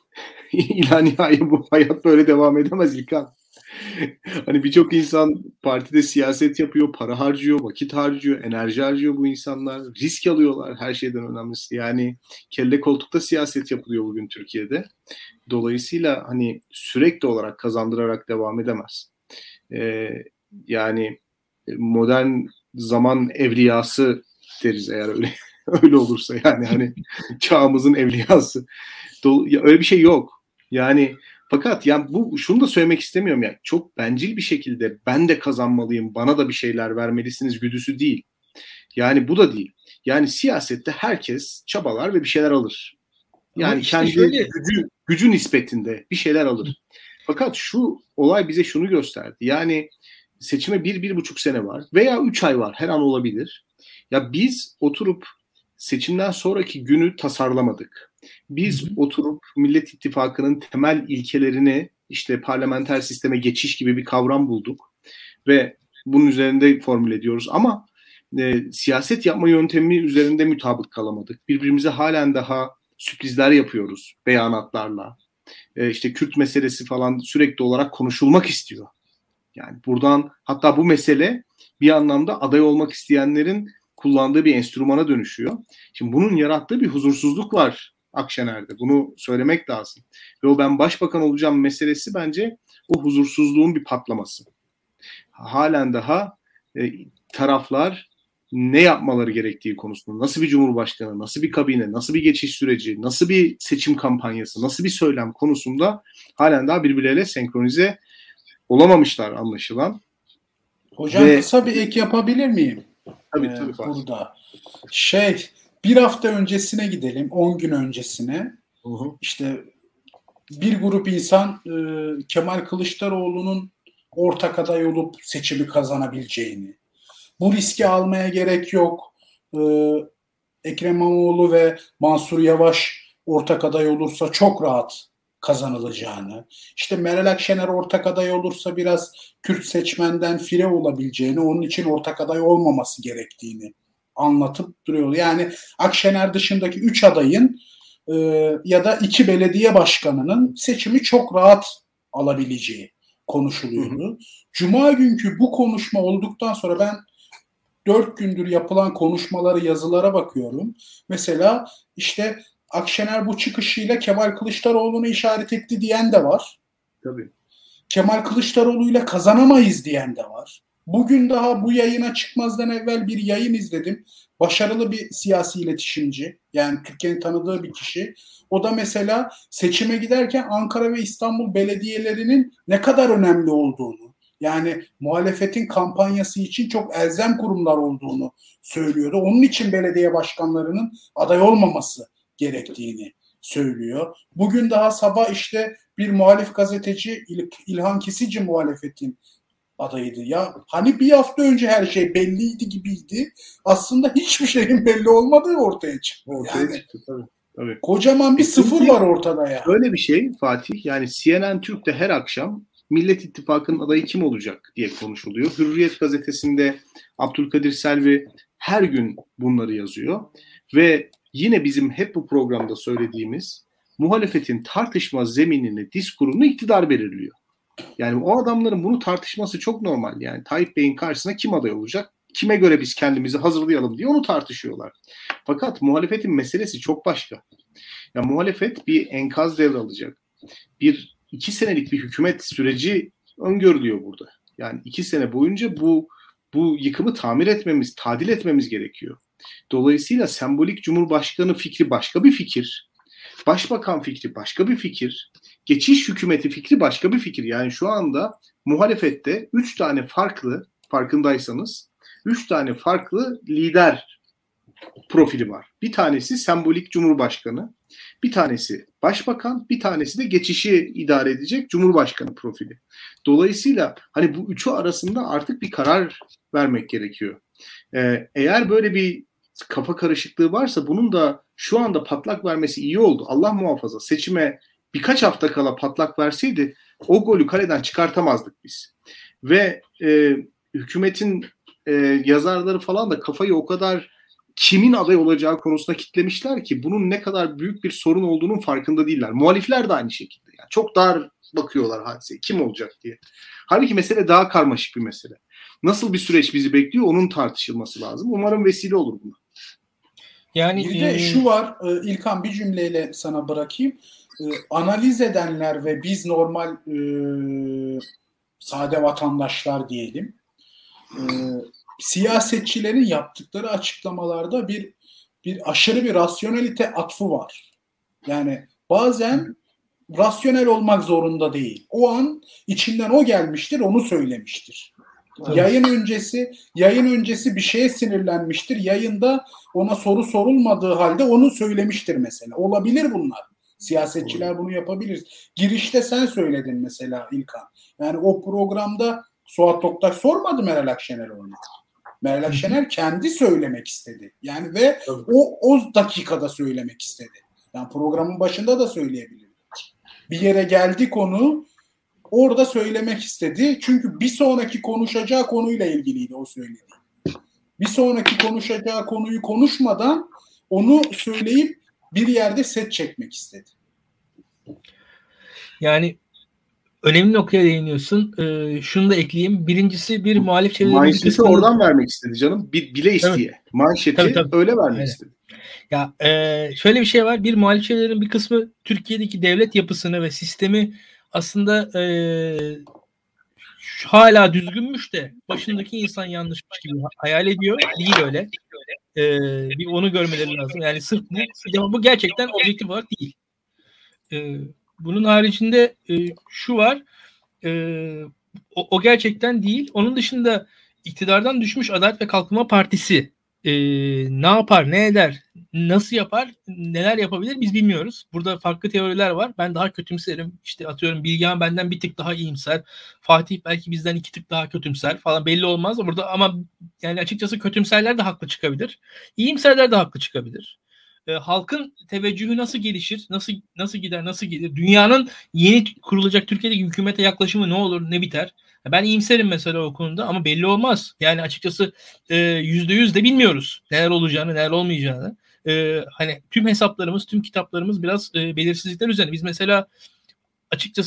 ila nihayet bu hayat böyle devam edemez İlkan. Hani birçok insan partide siyaset yapıyor, para harcıyor, vakit harcıyor, enerji harcıyor bu insanlar. Risk alıyorlar her şeyden önemlisi. Yani kelle koltukta siyaset yapılıyor bugün Türkiye'de. Dolayısıyla hani sürekli olarak kazandırarak devam edemez. Ee, yani modern zaman evliyası deriz eğer öyle öyle olursa yani hani çağımızın evliyası. Do- ya öyle bir şey yok. Yani fakat yani bu şunu da söylemek istemiyorum ya. Çok bencil bir şekilde ben de kazanmalıyım, bana da bir şeyler vermelisiniz güdüsü değil. Yani bu da değil. Yani siyasette herkes çabalar ve bir şeyler alır. Yani işte kendi şöyle... gücü, gücü nispetinde bir şeyler alır. Fakat şu olay bize şunu gösterdi. Yani seçime bir, bir buçuk sene var veya üç ay var. Her an olabilir. Ya biz oturup seçimden sonraki günü tasarlamadık. Biz hı hı. oturup Millet İttifakı'nın temel ilkelerini işte parlamenter sisteme geçiş gibi bir kavram bulduk ve bunun üzerinde formüle ediyoruz ama e, siyaset yapma yöntemi üzerinde mutabık kalamadık. Birbirimize halen daha sürprizler yapıyoruz beyanatlarla. E, işte Kürt meselesi falan sürekli olarak konuşulmak istiyor. Yani buradan hatta bu mesele bir anlamda aday olmak isteyenlerin kullandığı bir enstrümana dönüşüyor. Şimdi bunun yarattığı bir huzursuzluk var Akşener'de. Bunu söylemek lazım. Ve o ben başbakan olacağım meselesi bence o huzursuzluğun bir patlaması. Halen daha e, taraflar ne yapmaları gerektiği konusunda, nasıl bir cumhurbaşkanı, nasıl bir kabine, nasıl bir geçiş süreci, nasıl bir seçim kampanyası, nasıl bir söylem konusunda halen daha birbirleriyle senkronize olamamışlar anlaşılan. Hocam Ve... kısa bir ek yapabilir miyim? Tabii ee, tabii. Burada. Şey, bir hafta öncesine gidelim, on gün öncesine. Hı hı. İşte bir grup insan e, Kemal Kılıçdaroğlu'nun ortak aday olup seçimi kazanabileceğini, bu riski almaya gerek yok, e, Ekrem İmamoğlu ve Mansur Yavaş ortak aday olursa çok rahat kazanılacağını, işte Meral Akşener ortak aday olursa biraz Kürt seçmenden fire olabileceğini, onun için ortak aday olmaması gerektiğini anlatıp duruyor. Yani Akşener dışındaki üç adayın e, ya da iki belediye başkanının seçimi çok rahat alabileceği konuşuluyordu. Hı hı. Cuma günkü bu konuşma olduktan sonra ben dört gündür yapılan konuşmaları, yazılara bakıyorum. Mesela işte Akşener bu çıkışıyla Kemal Kılıçdaroğlu'nu işaret etti diyen de var. Tabii. Kemal Kılıçdaroğlu'yla kazanamayız diyen de var. Bugün daha bu yayına çıkmazdan evvel bir yayın izledim. Başarılı bir siyasi iletişimci. Yani Türkiye'nin tanıdığı bir kişi. O da mesela seçime giderken Ankara ve İstanbul belediyelerinin ne kadar önemli olduğunu, yani muhalefetin kampanyası için çok elzem kurumlar olduğunu söylüyordu. Onun için belediye başkanlarının aday olmaması gerektiğini söylüyor. Bugün daha sabah işte bir muhalif gazeteci İl- İlhan Kesici muhalefetin adayıydı. Ya hani bir hafta önce her şey belliydi gibiydi. Aslında hiçbir şeyin belli olmadığı ortaya çıktı. Ortaya yani. çıktı tabii. Tabii. Kocaman bir sıfır var ortada ya. Öyle bir şey Fatih. Yani C N N Türk'te her akşam Millet İttifakı'nın adayı kim olacak diye konuşuluyor. Hürriyet gazetesinde Abdülkadir Selvi her gün bunları yazıyor. Ve yine bizim hep bu programda söylediğimiz muhalefetin tartışma zeminini, diskurunu iktidar belirliyor. Yani o adamların bunu tartışması çok normal. Yani Tayyip Bey'in karşısına kim aday olacak? Kime göre biz kendimizi hazırlayalım diye onu tartışıyorlar. Fakat muhalefetin meselesi çok başka. Ya muhalefet bir enkaz devralacak. Bir iki senelik bir hükümet süreci öngörülüyor burada. Yani iki sene boyunca bu bu yıkımı tamir etmemiz, tadil etmemiz gerekiyor. Dolayısıyla sembolik cumhurbaşkanı fikri başka bir fikir. Başbakan fikri başka bir fikir. Geçiş hükümeti fikri başka bir fikir. Yani şu anda muhalefette üç tane farklı, farkındaysanız, üç tane farklı lider profili var. Bir tanesi sembolik cumhurbaşkanı, bir tanesi başbakan, bir tanesi de geçişi idare edecek cumhurbaşkanı profili. Dolayısıyla hani bu üçü arasında artık bir karar vermek gerekiyor. Ee, eğer böyle bir kafa karışıklığı varsa bunun da şu anda patlak vermesi iyi oldu. Allah muhafaza seçime birkaç hafta kala patlak verseydi o golü kaleden çıkartamazdık biz. Ve e, hükümetin e, yazarları falan da kafayı o kadar kimin aday olacağı konusunda kitlemişler ki bunun ne kadar büyük bir sorun olduğunun farkında değiller. Muhalifler de aynı şekilde. Yani çok dar bakıyorlar hadiseye. Kim olacak diye. Halbuki mesele daha karmaşık bir mesele. Nasıl bir süreç bizi bekliyor onun tartışılması lazım. Umarım vesile olur buna. Yani bir de şu var, İlkan bir cümleyle sana bırakayım. Analiz edenler ve biz normal e, sade vatandaşlar diyelim, e, siyasetçilerin yaptıkları açıklamalarda bir bir aşırı bir rasyonelite atfı var. Yani bazen rasyonel olmak zorunda değil. O an içinden o gelmiştir, onu söylemiştir. Evet. Yayın öncesi, yayın öncesi bir şeye sinirlenmiştir. Yayında ona soru sorulmadığı halde onu söylemiştir mesela. Olabilir bunlar. Siyasetçiler bunu yapabilir. Girişte sen söyledin mesela İlkan. Yani o programda Suat Toktaş sormadı Meral Akşener onu. Meral Akşener kendi söylemek istedi. Yani ve o o dakikada söylemek istedi. Yani programın başında da söyleyebilir. Bir yere geldi konu, orada söylemek istedi. Çünkü bir sonraki konuşacağı konuyla ilgiliydi o söylediği. Bir sonraki konuşacağı konuyu konuşmadan onu söyleyip bir yerde set çekmek istedi. Yani önemli noktaya değiniyorsun. Ee, şunu da ekleyeyim. Birincisi bir muhalif çevrelerin manşeti bir kısmının... oradan vermek istedi canım. Bir, bile isteye. Evet. Manşeti tabii, tabii. Öyle vermek Aynen. istedi. Ya e, şöyle bir şey var. Bir muhalif çevrelerin bir kısmı Türkiye'deki devlet yapısını ve sistemi aslında e, hala düzgünmüş de başındaki insan yanlışmış gibi hayal ediyor. Değil öyle. E, bir onu görmeleri lazım. Yani sırf bu, bu gerçekten objektif olarak değil. E, bunun haricinde e, şu var. E, o, o gerçekten değil. Onun dışında iktidardan düşmüş Adalet ve Kalkınma Partisi e, ne yapar, ne eder, nasıl yapar, neler yapabilir biz bilmiyoruz. Burada farklı teoriler var. Ben daha kötümserim. İşte atıyorum Bilgehan benden bir tık daha iyimser. Fatih belki bizden iki tık daha kötümser falan belli olmaz burada ama yani açıkçası kötümserler de haklı çıkabilir. İyimserler de haklı çıkabilir. E, halkın teveccühü nasıl gelişir, nasıl nasıl gider, nasıl gelir? Dünyanın yeni kurulacak Türkiye'deki hükümete yaklaşımı ne olur, ne biter? Ben iyimserim mesela o konuda ama belli olmaz. Yani açıkçası yüzde yüz de bilmiyoruz neler olacağını, neler olmayacağını. E, hani tüm hesaplarımız, tüm kitaplarımız biraz e, belirsizlikler üzerine. Biz mesela açıkçası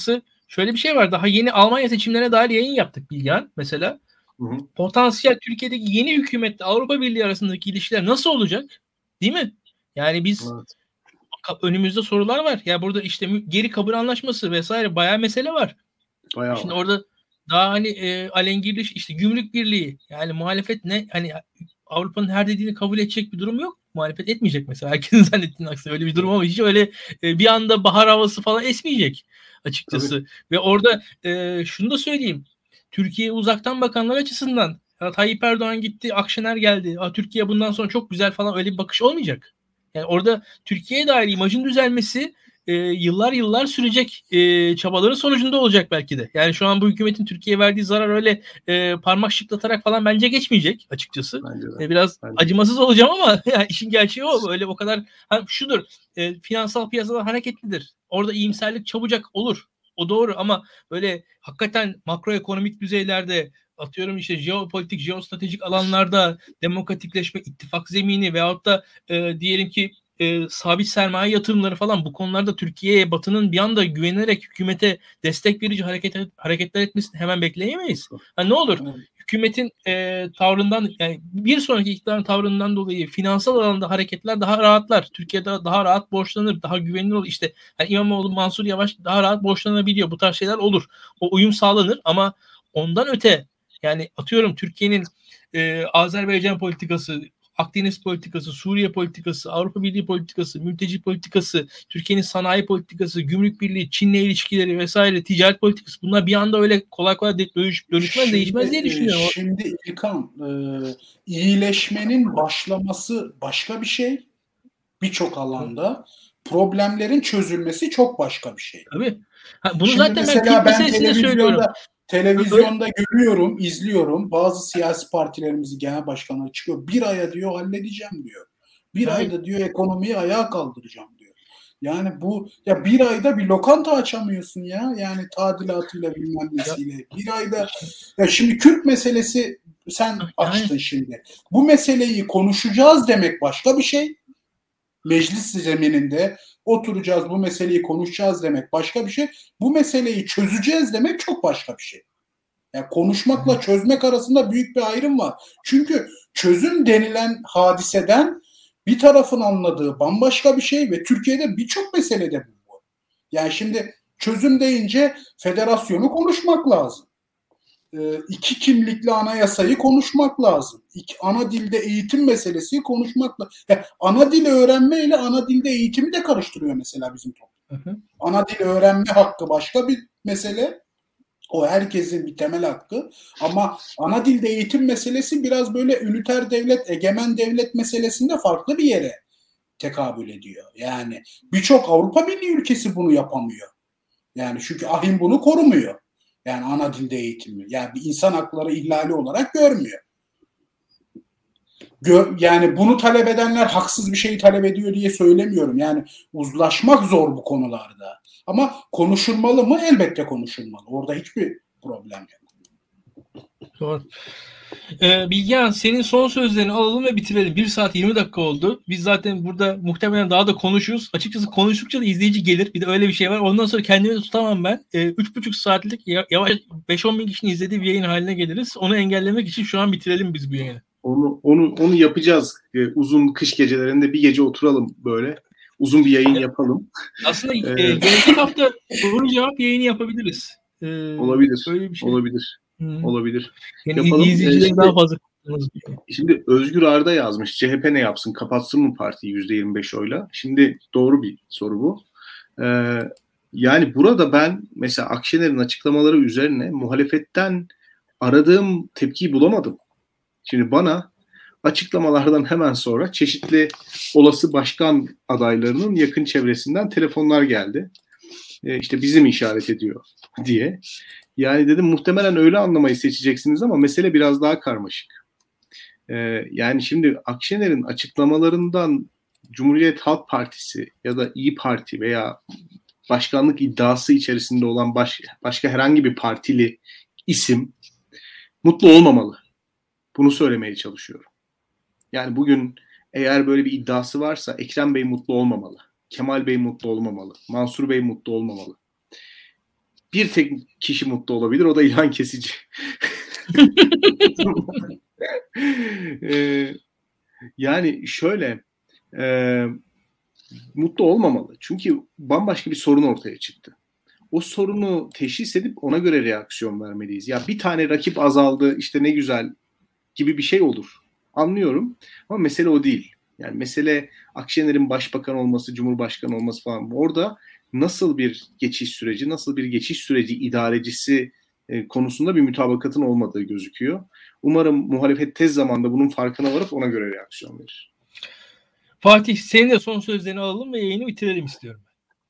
şöyle bir şey var. Daha yeni Almanya seçimlerine dair yayın yaptık Bilgehan mesela. Hı hı. Potansiyel Türkiye'deki yeni hükümetle Avrupa Birliği arasındaki ilişkiler nasıl olacak? Değil mi? Yani biz evet. Önümüzde sorular var. Ya yani burada işte geri kabul anlaşması vesaire bayağı mesele var. Bayağı Şimdi var. Orada daha hani e, alengirli işte gümrük birliği yani muhalefet ne hani Avrupa'nın her dediğini kabul edecek bir durum yok. Muhalefet etmeyecek mesela. Herkesin zannettiğinin aksine öyle bir durum ama hiç öyle e, bir anda bahar havası falan esmeyecek açıkçası. Tabii. Ve orada e, şunu da söyleyeyim. Türkiye uzaktan bakanlar açısından ya, Tayyip Erdoğan gitti, Akşener geldi. Aa, Türkiye bundan sonra çok güzel falan öyle bir bakış olmayacak. Yani orada Türkiye'ye dair imajın düzelmesi e, yıllar yıllar sürecek e, çabaların sonucunda olacak belki de. Yani şu an bu hükümetin Türkiye'ye verdiği zarar öyle e, parmak şıklatarak falan bence geçmeyecek açıkçası. E, biraz bence. acımasız olacağım ama yani işin gerçeği o. Öyle o kadar ha, şudur. E, finansal piyasalar hareketlidir. Orada iyimserlik çabucak olur. O doğru ama böyle hakikaten makroekonomik düzeylerde atıyorum işte jeopolitik, jeostratejik alanlarda demokratikleşme, ittifak zemini veyahut da e, diyelim ki e, sabit sermaye yatırımları falan bu konularda Türkiye'ye Batı'nın bir anda güvenerek hükümete destek verici hareket hareketler etmesini hemen bekleyemeyiz. Yani ne olur hükümetin e, tavrından yani bir sonraki iktidarın tavrından dolayı finansal alanda hareketler daha rahatlar. Türkiye'de daha rahat borçlanır, daha güvenilir olur. İşte yani İmamoğlu, Mansur Yavaş daha rahat borçlanabiliyor. Bu tarz şeyler olur. O uyum sağlanır ama ondan öte yani atıyorum Türkiye'nin e, Azerbaycan politikası, Akdeniz politikası, Suriye politikası, Avrupa Birliği politikası, mülteci politikası, Türkiye'nin sanayi politikası, gümrük birliği, Çin'le ilişkileri vesaire, ticaret politikası bunlar bir anda öyle kolay kolay dönüş, dönüşmez, şimdi, değişmez diye düşünüyorum. Şimdi İlkan, e, iyileşmenin başlaması başka bir şey birçok alanda. Problemlerin çözülmesi çok başka bir şey. Tabii. Ha, bunu şimdi zaten mesela ben, ben televizyonda Televizyonda Öyle. görüyorum, izliyorum. Bazı siyasi partilerimizi genel başkanlar çıkıyor. Bir aya diyor halledeceğim diyor. Bir evet. ayda diyor ekonomiyi ayağa kaldıracağım diyor. Yani bu ya bir ayda bir lokanta açamıyorsun ya. Yani tadilatıyla bilmem nesiyle. Ya. Bir ayda ya şimdi Kürt meselesi sen açtın şimdi. Bu meseleyi konuşacağız demek başka bir şey. Meclis zemininde oturacağız, bu meseleyi konuşacağız demek başka bir şey. Bu meseleyi çözeceğiz demek çok başka bir şey. Yani konuşmakla çözmek arasında büyük bir ayrım var. Çünkü çözüm denilen hadiseden bir tarafın anladığı bambaşka bir şey ve Türkiye'de birçok meselede bu. Yani şimdi çözüm deyince federasyonu konuşmak lazım. İki kimlikli anayasayı konuşmak lazım. İki, ana dilde eğitim meselesi konuşmak lazım. Yani ana dil öğrenme ile ana dilde eğitimi de karıştırıyor mesela bizim toplum. Hı hı. Ana dil öğrenme hakkı başka bir mesele. O herkesin bir temel hakkı. Ama ana dilde eğitim meselesi biraz böyle üniter devlet, egemen devlet meselesinde farklı bir yere tekabül ediyor. Yani birçok Avrupa Birliği ülkesi bunu yapamıyor. Yani çünkü ahim bunu korumuyor. Yani ana dilde eğitimi. Yani bir insan hakları ihlali olarak görmüyor. Gör, yani bunu talep edenler haksız bir şeyi talep ediyor diye söylemiyorum. Yani uzlaşmak zor bu konularda. Ama konuşulmalı mı? Elbette konuşulmalı. Orada hiçbir problem yok. Doğru. Ee, Bilgehan senin son sözlerini alalım ve bitirelim. bir saat yirmi dakika oldu. Biz zaten burada muhtemelen daha da konuşuruz. Açıkçası konuştukça da izleyici gelir. Bir de öyle bir şey var. Ondan sonra kendimi de tutamam ben. Ee, üç buçuk saatlik yavaş beş on bin kişinin izlediği bir yayın haline geliriz. Onu engellemek için şu an bitirelim biz bu yayını. Onu onu onu yapacağız. Ee, uzun kış gecelerinde bir gece oturalım böyle. Uzun bir yayın yapalım. Aslında e, gelecek hafta soru cevap yayını yapabiliriz. Ee, olabilir. Öyle bir şey. Olabilir. Hmm. Olabilir. Yani yapalım. İzleyicilerin ee, daha fazla. Şimdi Özgür Arda yazmış. C H P ne yapsın? Kapatsın mı partiyi yüzde yirmi beş oyla? Şimdi doğru bir soru bu. Ee, yani burada ben mesela Akşener'in açıklamaları üzerine muhalefetten aradığım tepkiyi bulamadım. Şimdi bana açıklamalardan hemen sonra çeşitli olası başkan adaylarının yakın çevresinden telefonlar geldi. Ee, işte bizim işaret ediyor diye. Yani dedim muhtemelen öyle anlamayı seçeceksiniz ama mesele biraz daha karmaşık. Ee, yani şimdi Akşener'in açıklamalarından Cumhuriyet Halk Partisi ya da İyi Parti veya başkanlık iddiası içerisinde olan baş, başka herhangi bir partili isim mutlu olmamalı. Bunu söylemeye çalışıyorum. Yani bugün eğer böyle bir iddiası varsa Ekrem Bey mutlu olmamalı. Kemal Bey mutlu olmamalı. Mansur Bey mutlu olmamalı. bir tek kişi mutlu olabilir. O da İlhan Kesici. ee, yani şöyle e, mutlu olmamalı. Çünkü bambaşka bir sorun ortaya çıktı. O sorunu teşhis edip ona göre reaksiyon vermeliyiz. Ya bir tane rakip azaldı, işte ne güzel gibi bir şey olur. Anlıyorum ama mesele o değil. Yani mesele Akşener'in başbakan olması, cumhurbaşkanı olması falan. Orada nasıl bir geçiş süreci, nasıl bir geçiş süreci idarecisi e, konusunda bir mutabakatın olmadığı gözüküyor. Umarım muhalefet tez zamanda bunun farkına varıp ona göre reaksiyon verir. Fatih, senin de son sözlerini alalım ve yayını bitirelim istiyorum.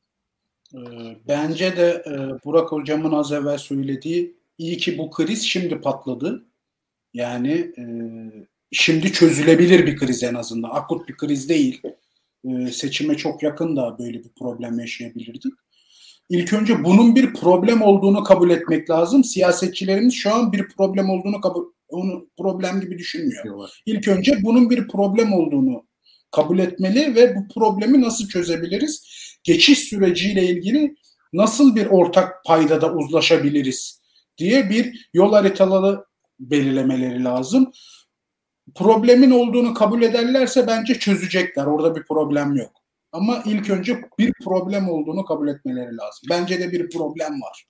Bence de Burak Hocam'ın az evvel söylediği, iyi ki bu kriz şimdi patladı. Yani şimdi çözülebilir bir kriz en azından. Akut bir kriz değil. Seçime çok yakın da böyle bir problem yaşayabilirdik. İlk önce bunun bir problem olduğunu kabul etmek lazım. Siyasetçilerimiz şu an bir problem olduğunu kabul, onu problem gibi düşünmüyor. İlk önce bunun bir problem olduğunu kabul etmeli ve bu problemi nasıl çözebiliriz? Geçiş süreciyle ilgili nasıl bir ortak paydada uzlaşabiliriz diye bir yol haritaları belirlemeleri lazım. Problemin olduğunu kabul ederlerse bence çözecekler. Orada bir problem yok. Ama ilk önce bir problem olduğunu kabul etmeleri lazım. Bence de bir problem var.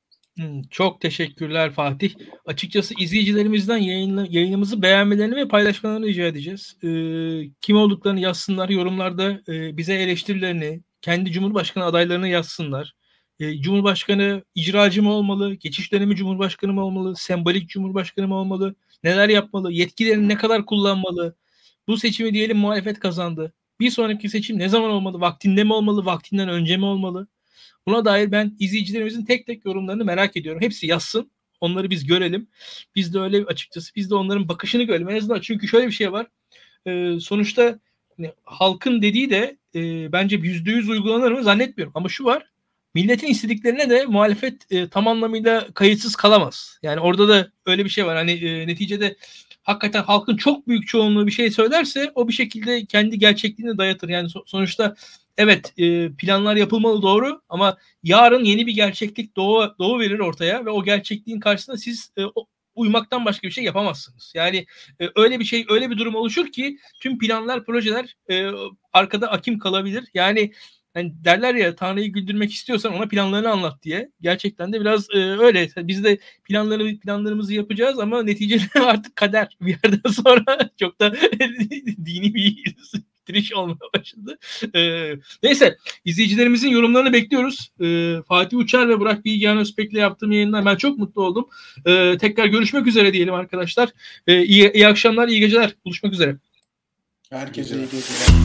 Çok teşekkürler Fatih. Açıkçası izleyicilerimizden yayın, yayınımızı beğenmelerini ve paylaşmalarını rica edeceğiz. Ee, kim olduklarını yazsınlar. Yorumlarda e, bize eleştirilerini, kendi Cumhurbaşkanı adaylarını yazsınlar. E, Cumhurbaşkanı icracı mı olmalı? Geçiş dönemi Cumhurbaşkanı mı olmalı? Sembolik Cumhurbaşkanı mı olmalı? Neler yapmalı? Yetkilerini ne kadar kullanmalı? Bu seçimi diyelim muhalefet kazandı. Bir sonraki seçim ne zaman olmalı? Vaktinde mi olmalı? Vaktinden önce mi olmalı? Buna dair ben izleyicilerimizin tek tek yorumlarını merak ediyorum. Hepsi yazsın. Onları biz görelim. Biz de öyle açıkçası biz de onların bakışını görelim. En azından çünkü şöyle bir şey var. Ee, sonuçta hani, halkın dediği de e, bence yüzde yüz uygulanır mı zannetmiyorum. Ama şu var. Milletin istediklerine de muhalefet e, tam anlamıyla kayıtsız kalamaz. Yani orada da öyle bir şey var. Hani e, neticede hakikaten halkın çok büyük çoğunluğu bir şey söylerse o bir şekilde kendi gerçekliğini dayatır. Yani so- sonuçta evet e, planlar yapılmalı doğru ama yarın yeni bir gerçeklik doğu, doğu verir ortaya ve o gerçekliğin karşısında siz e, o, uymaktan başka bir şey yapamazsınız. Yani e, öyle bir şey öyle bir durum oluşur ki tüm planlar projeler e, arkada akim kalabilir. Yani yani derler ya Tanrı'yı güldürmek istiyorsan ona planlarını anlat diye. Gerçekten de biraz e, öyle. Biz de planları planlarımızı yapacağız ama neticede artık kader bir yerden sonra çok da dini bir bitiriş olmaya başladı. E, neyse izleyicilerimizin yorumlarını bekliyoruz. E, Fatih Uçar ve Burak Bilgehan Özpek'le yaptığım yayından ben çok mutlu oldum. E, tekrar görüşmek üzere diyelim arkadaşlar. E, iyi, iyi akşamlar, iyi geceler. Buluşmak üzere. Herkese iyi geceler.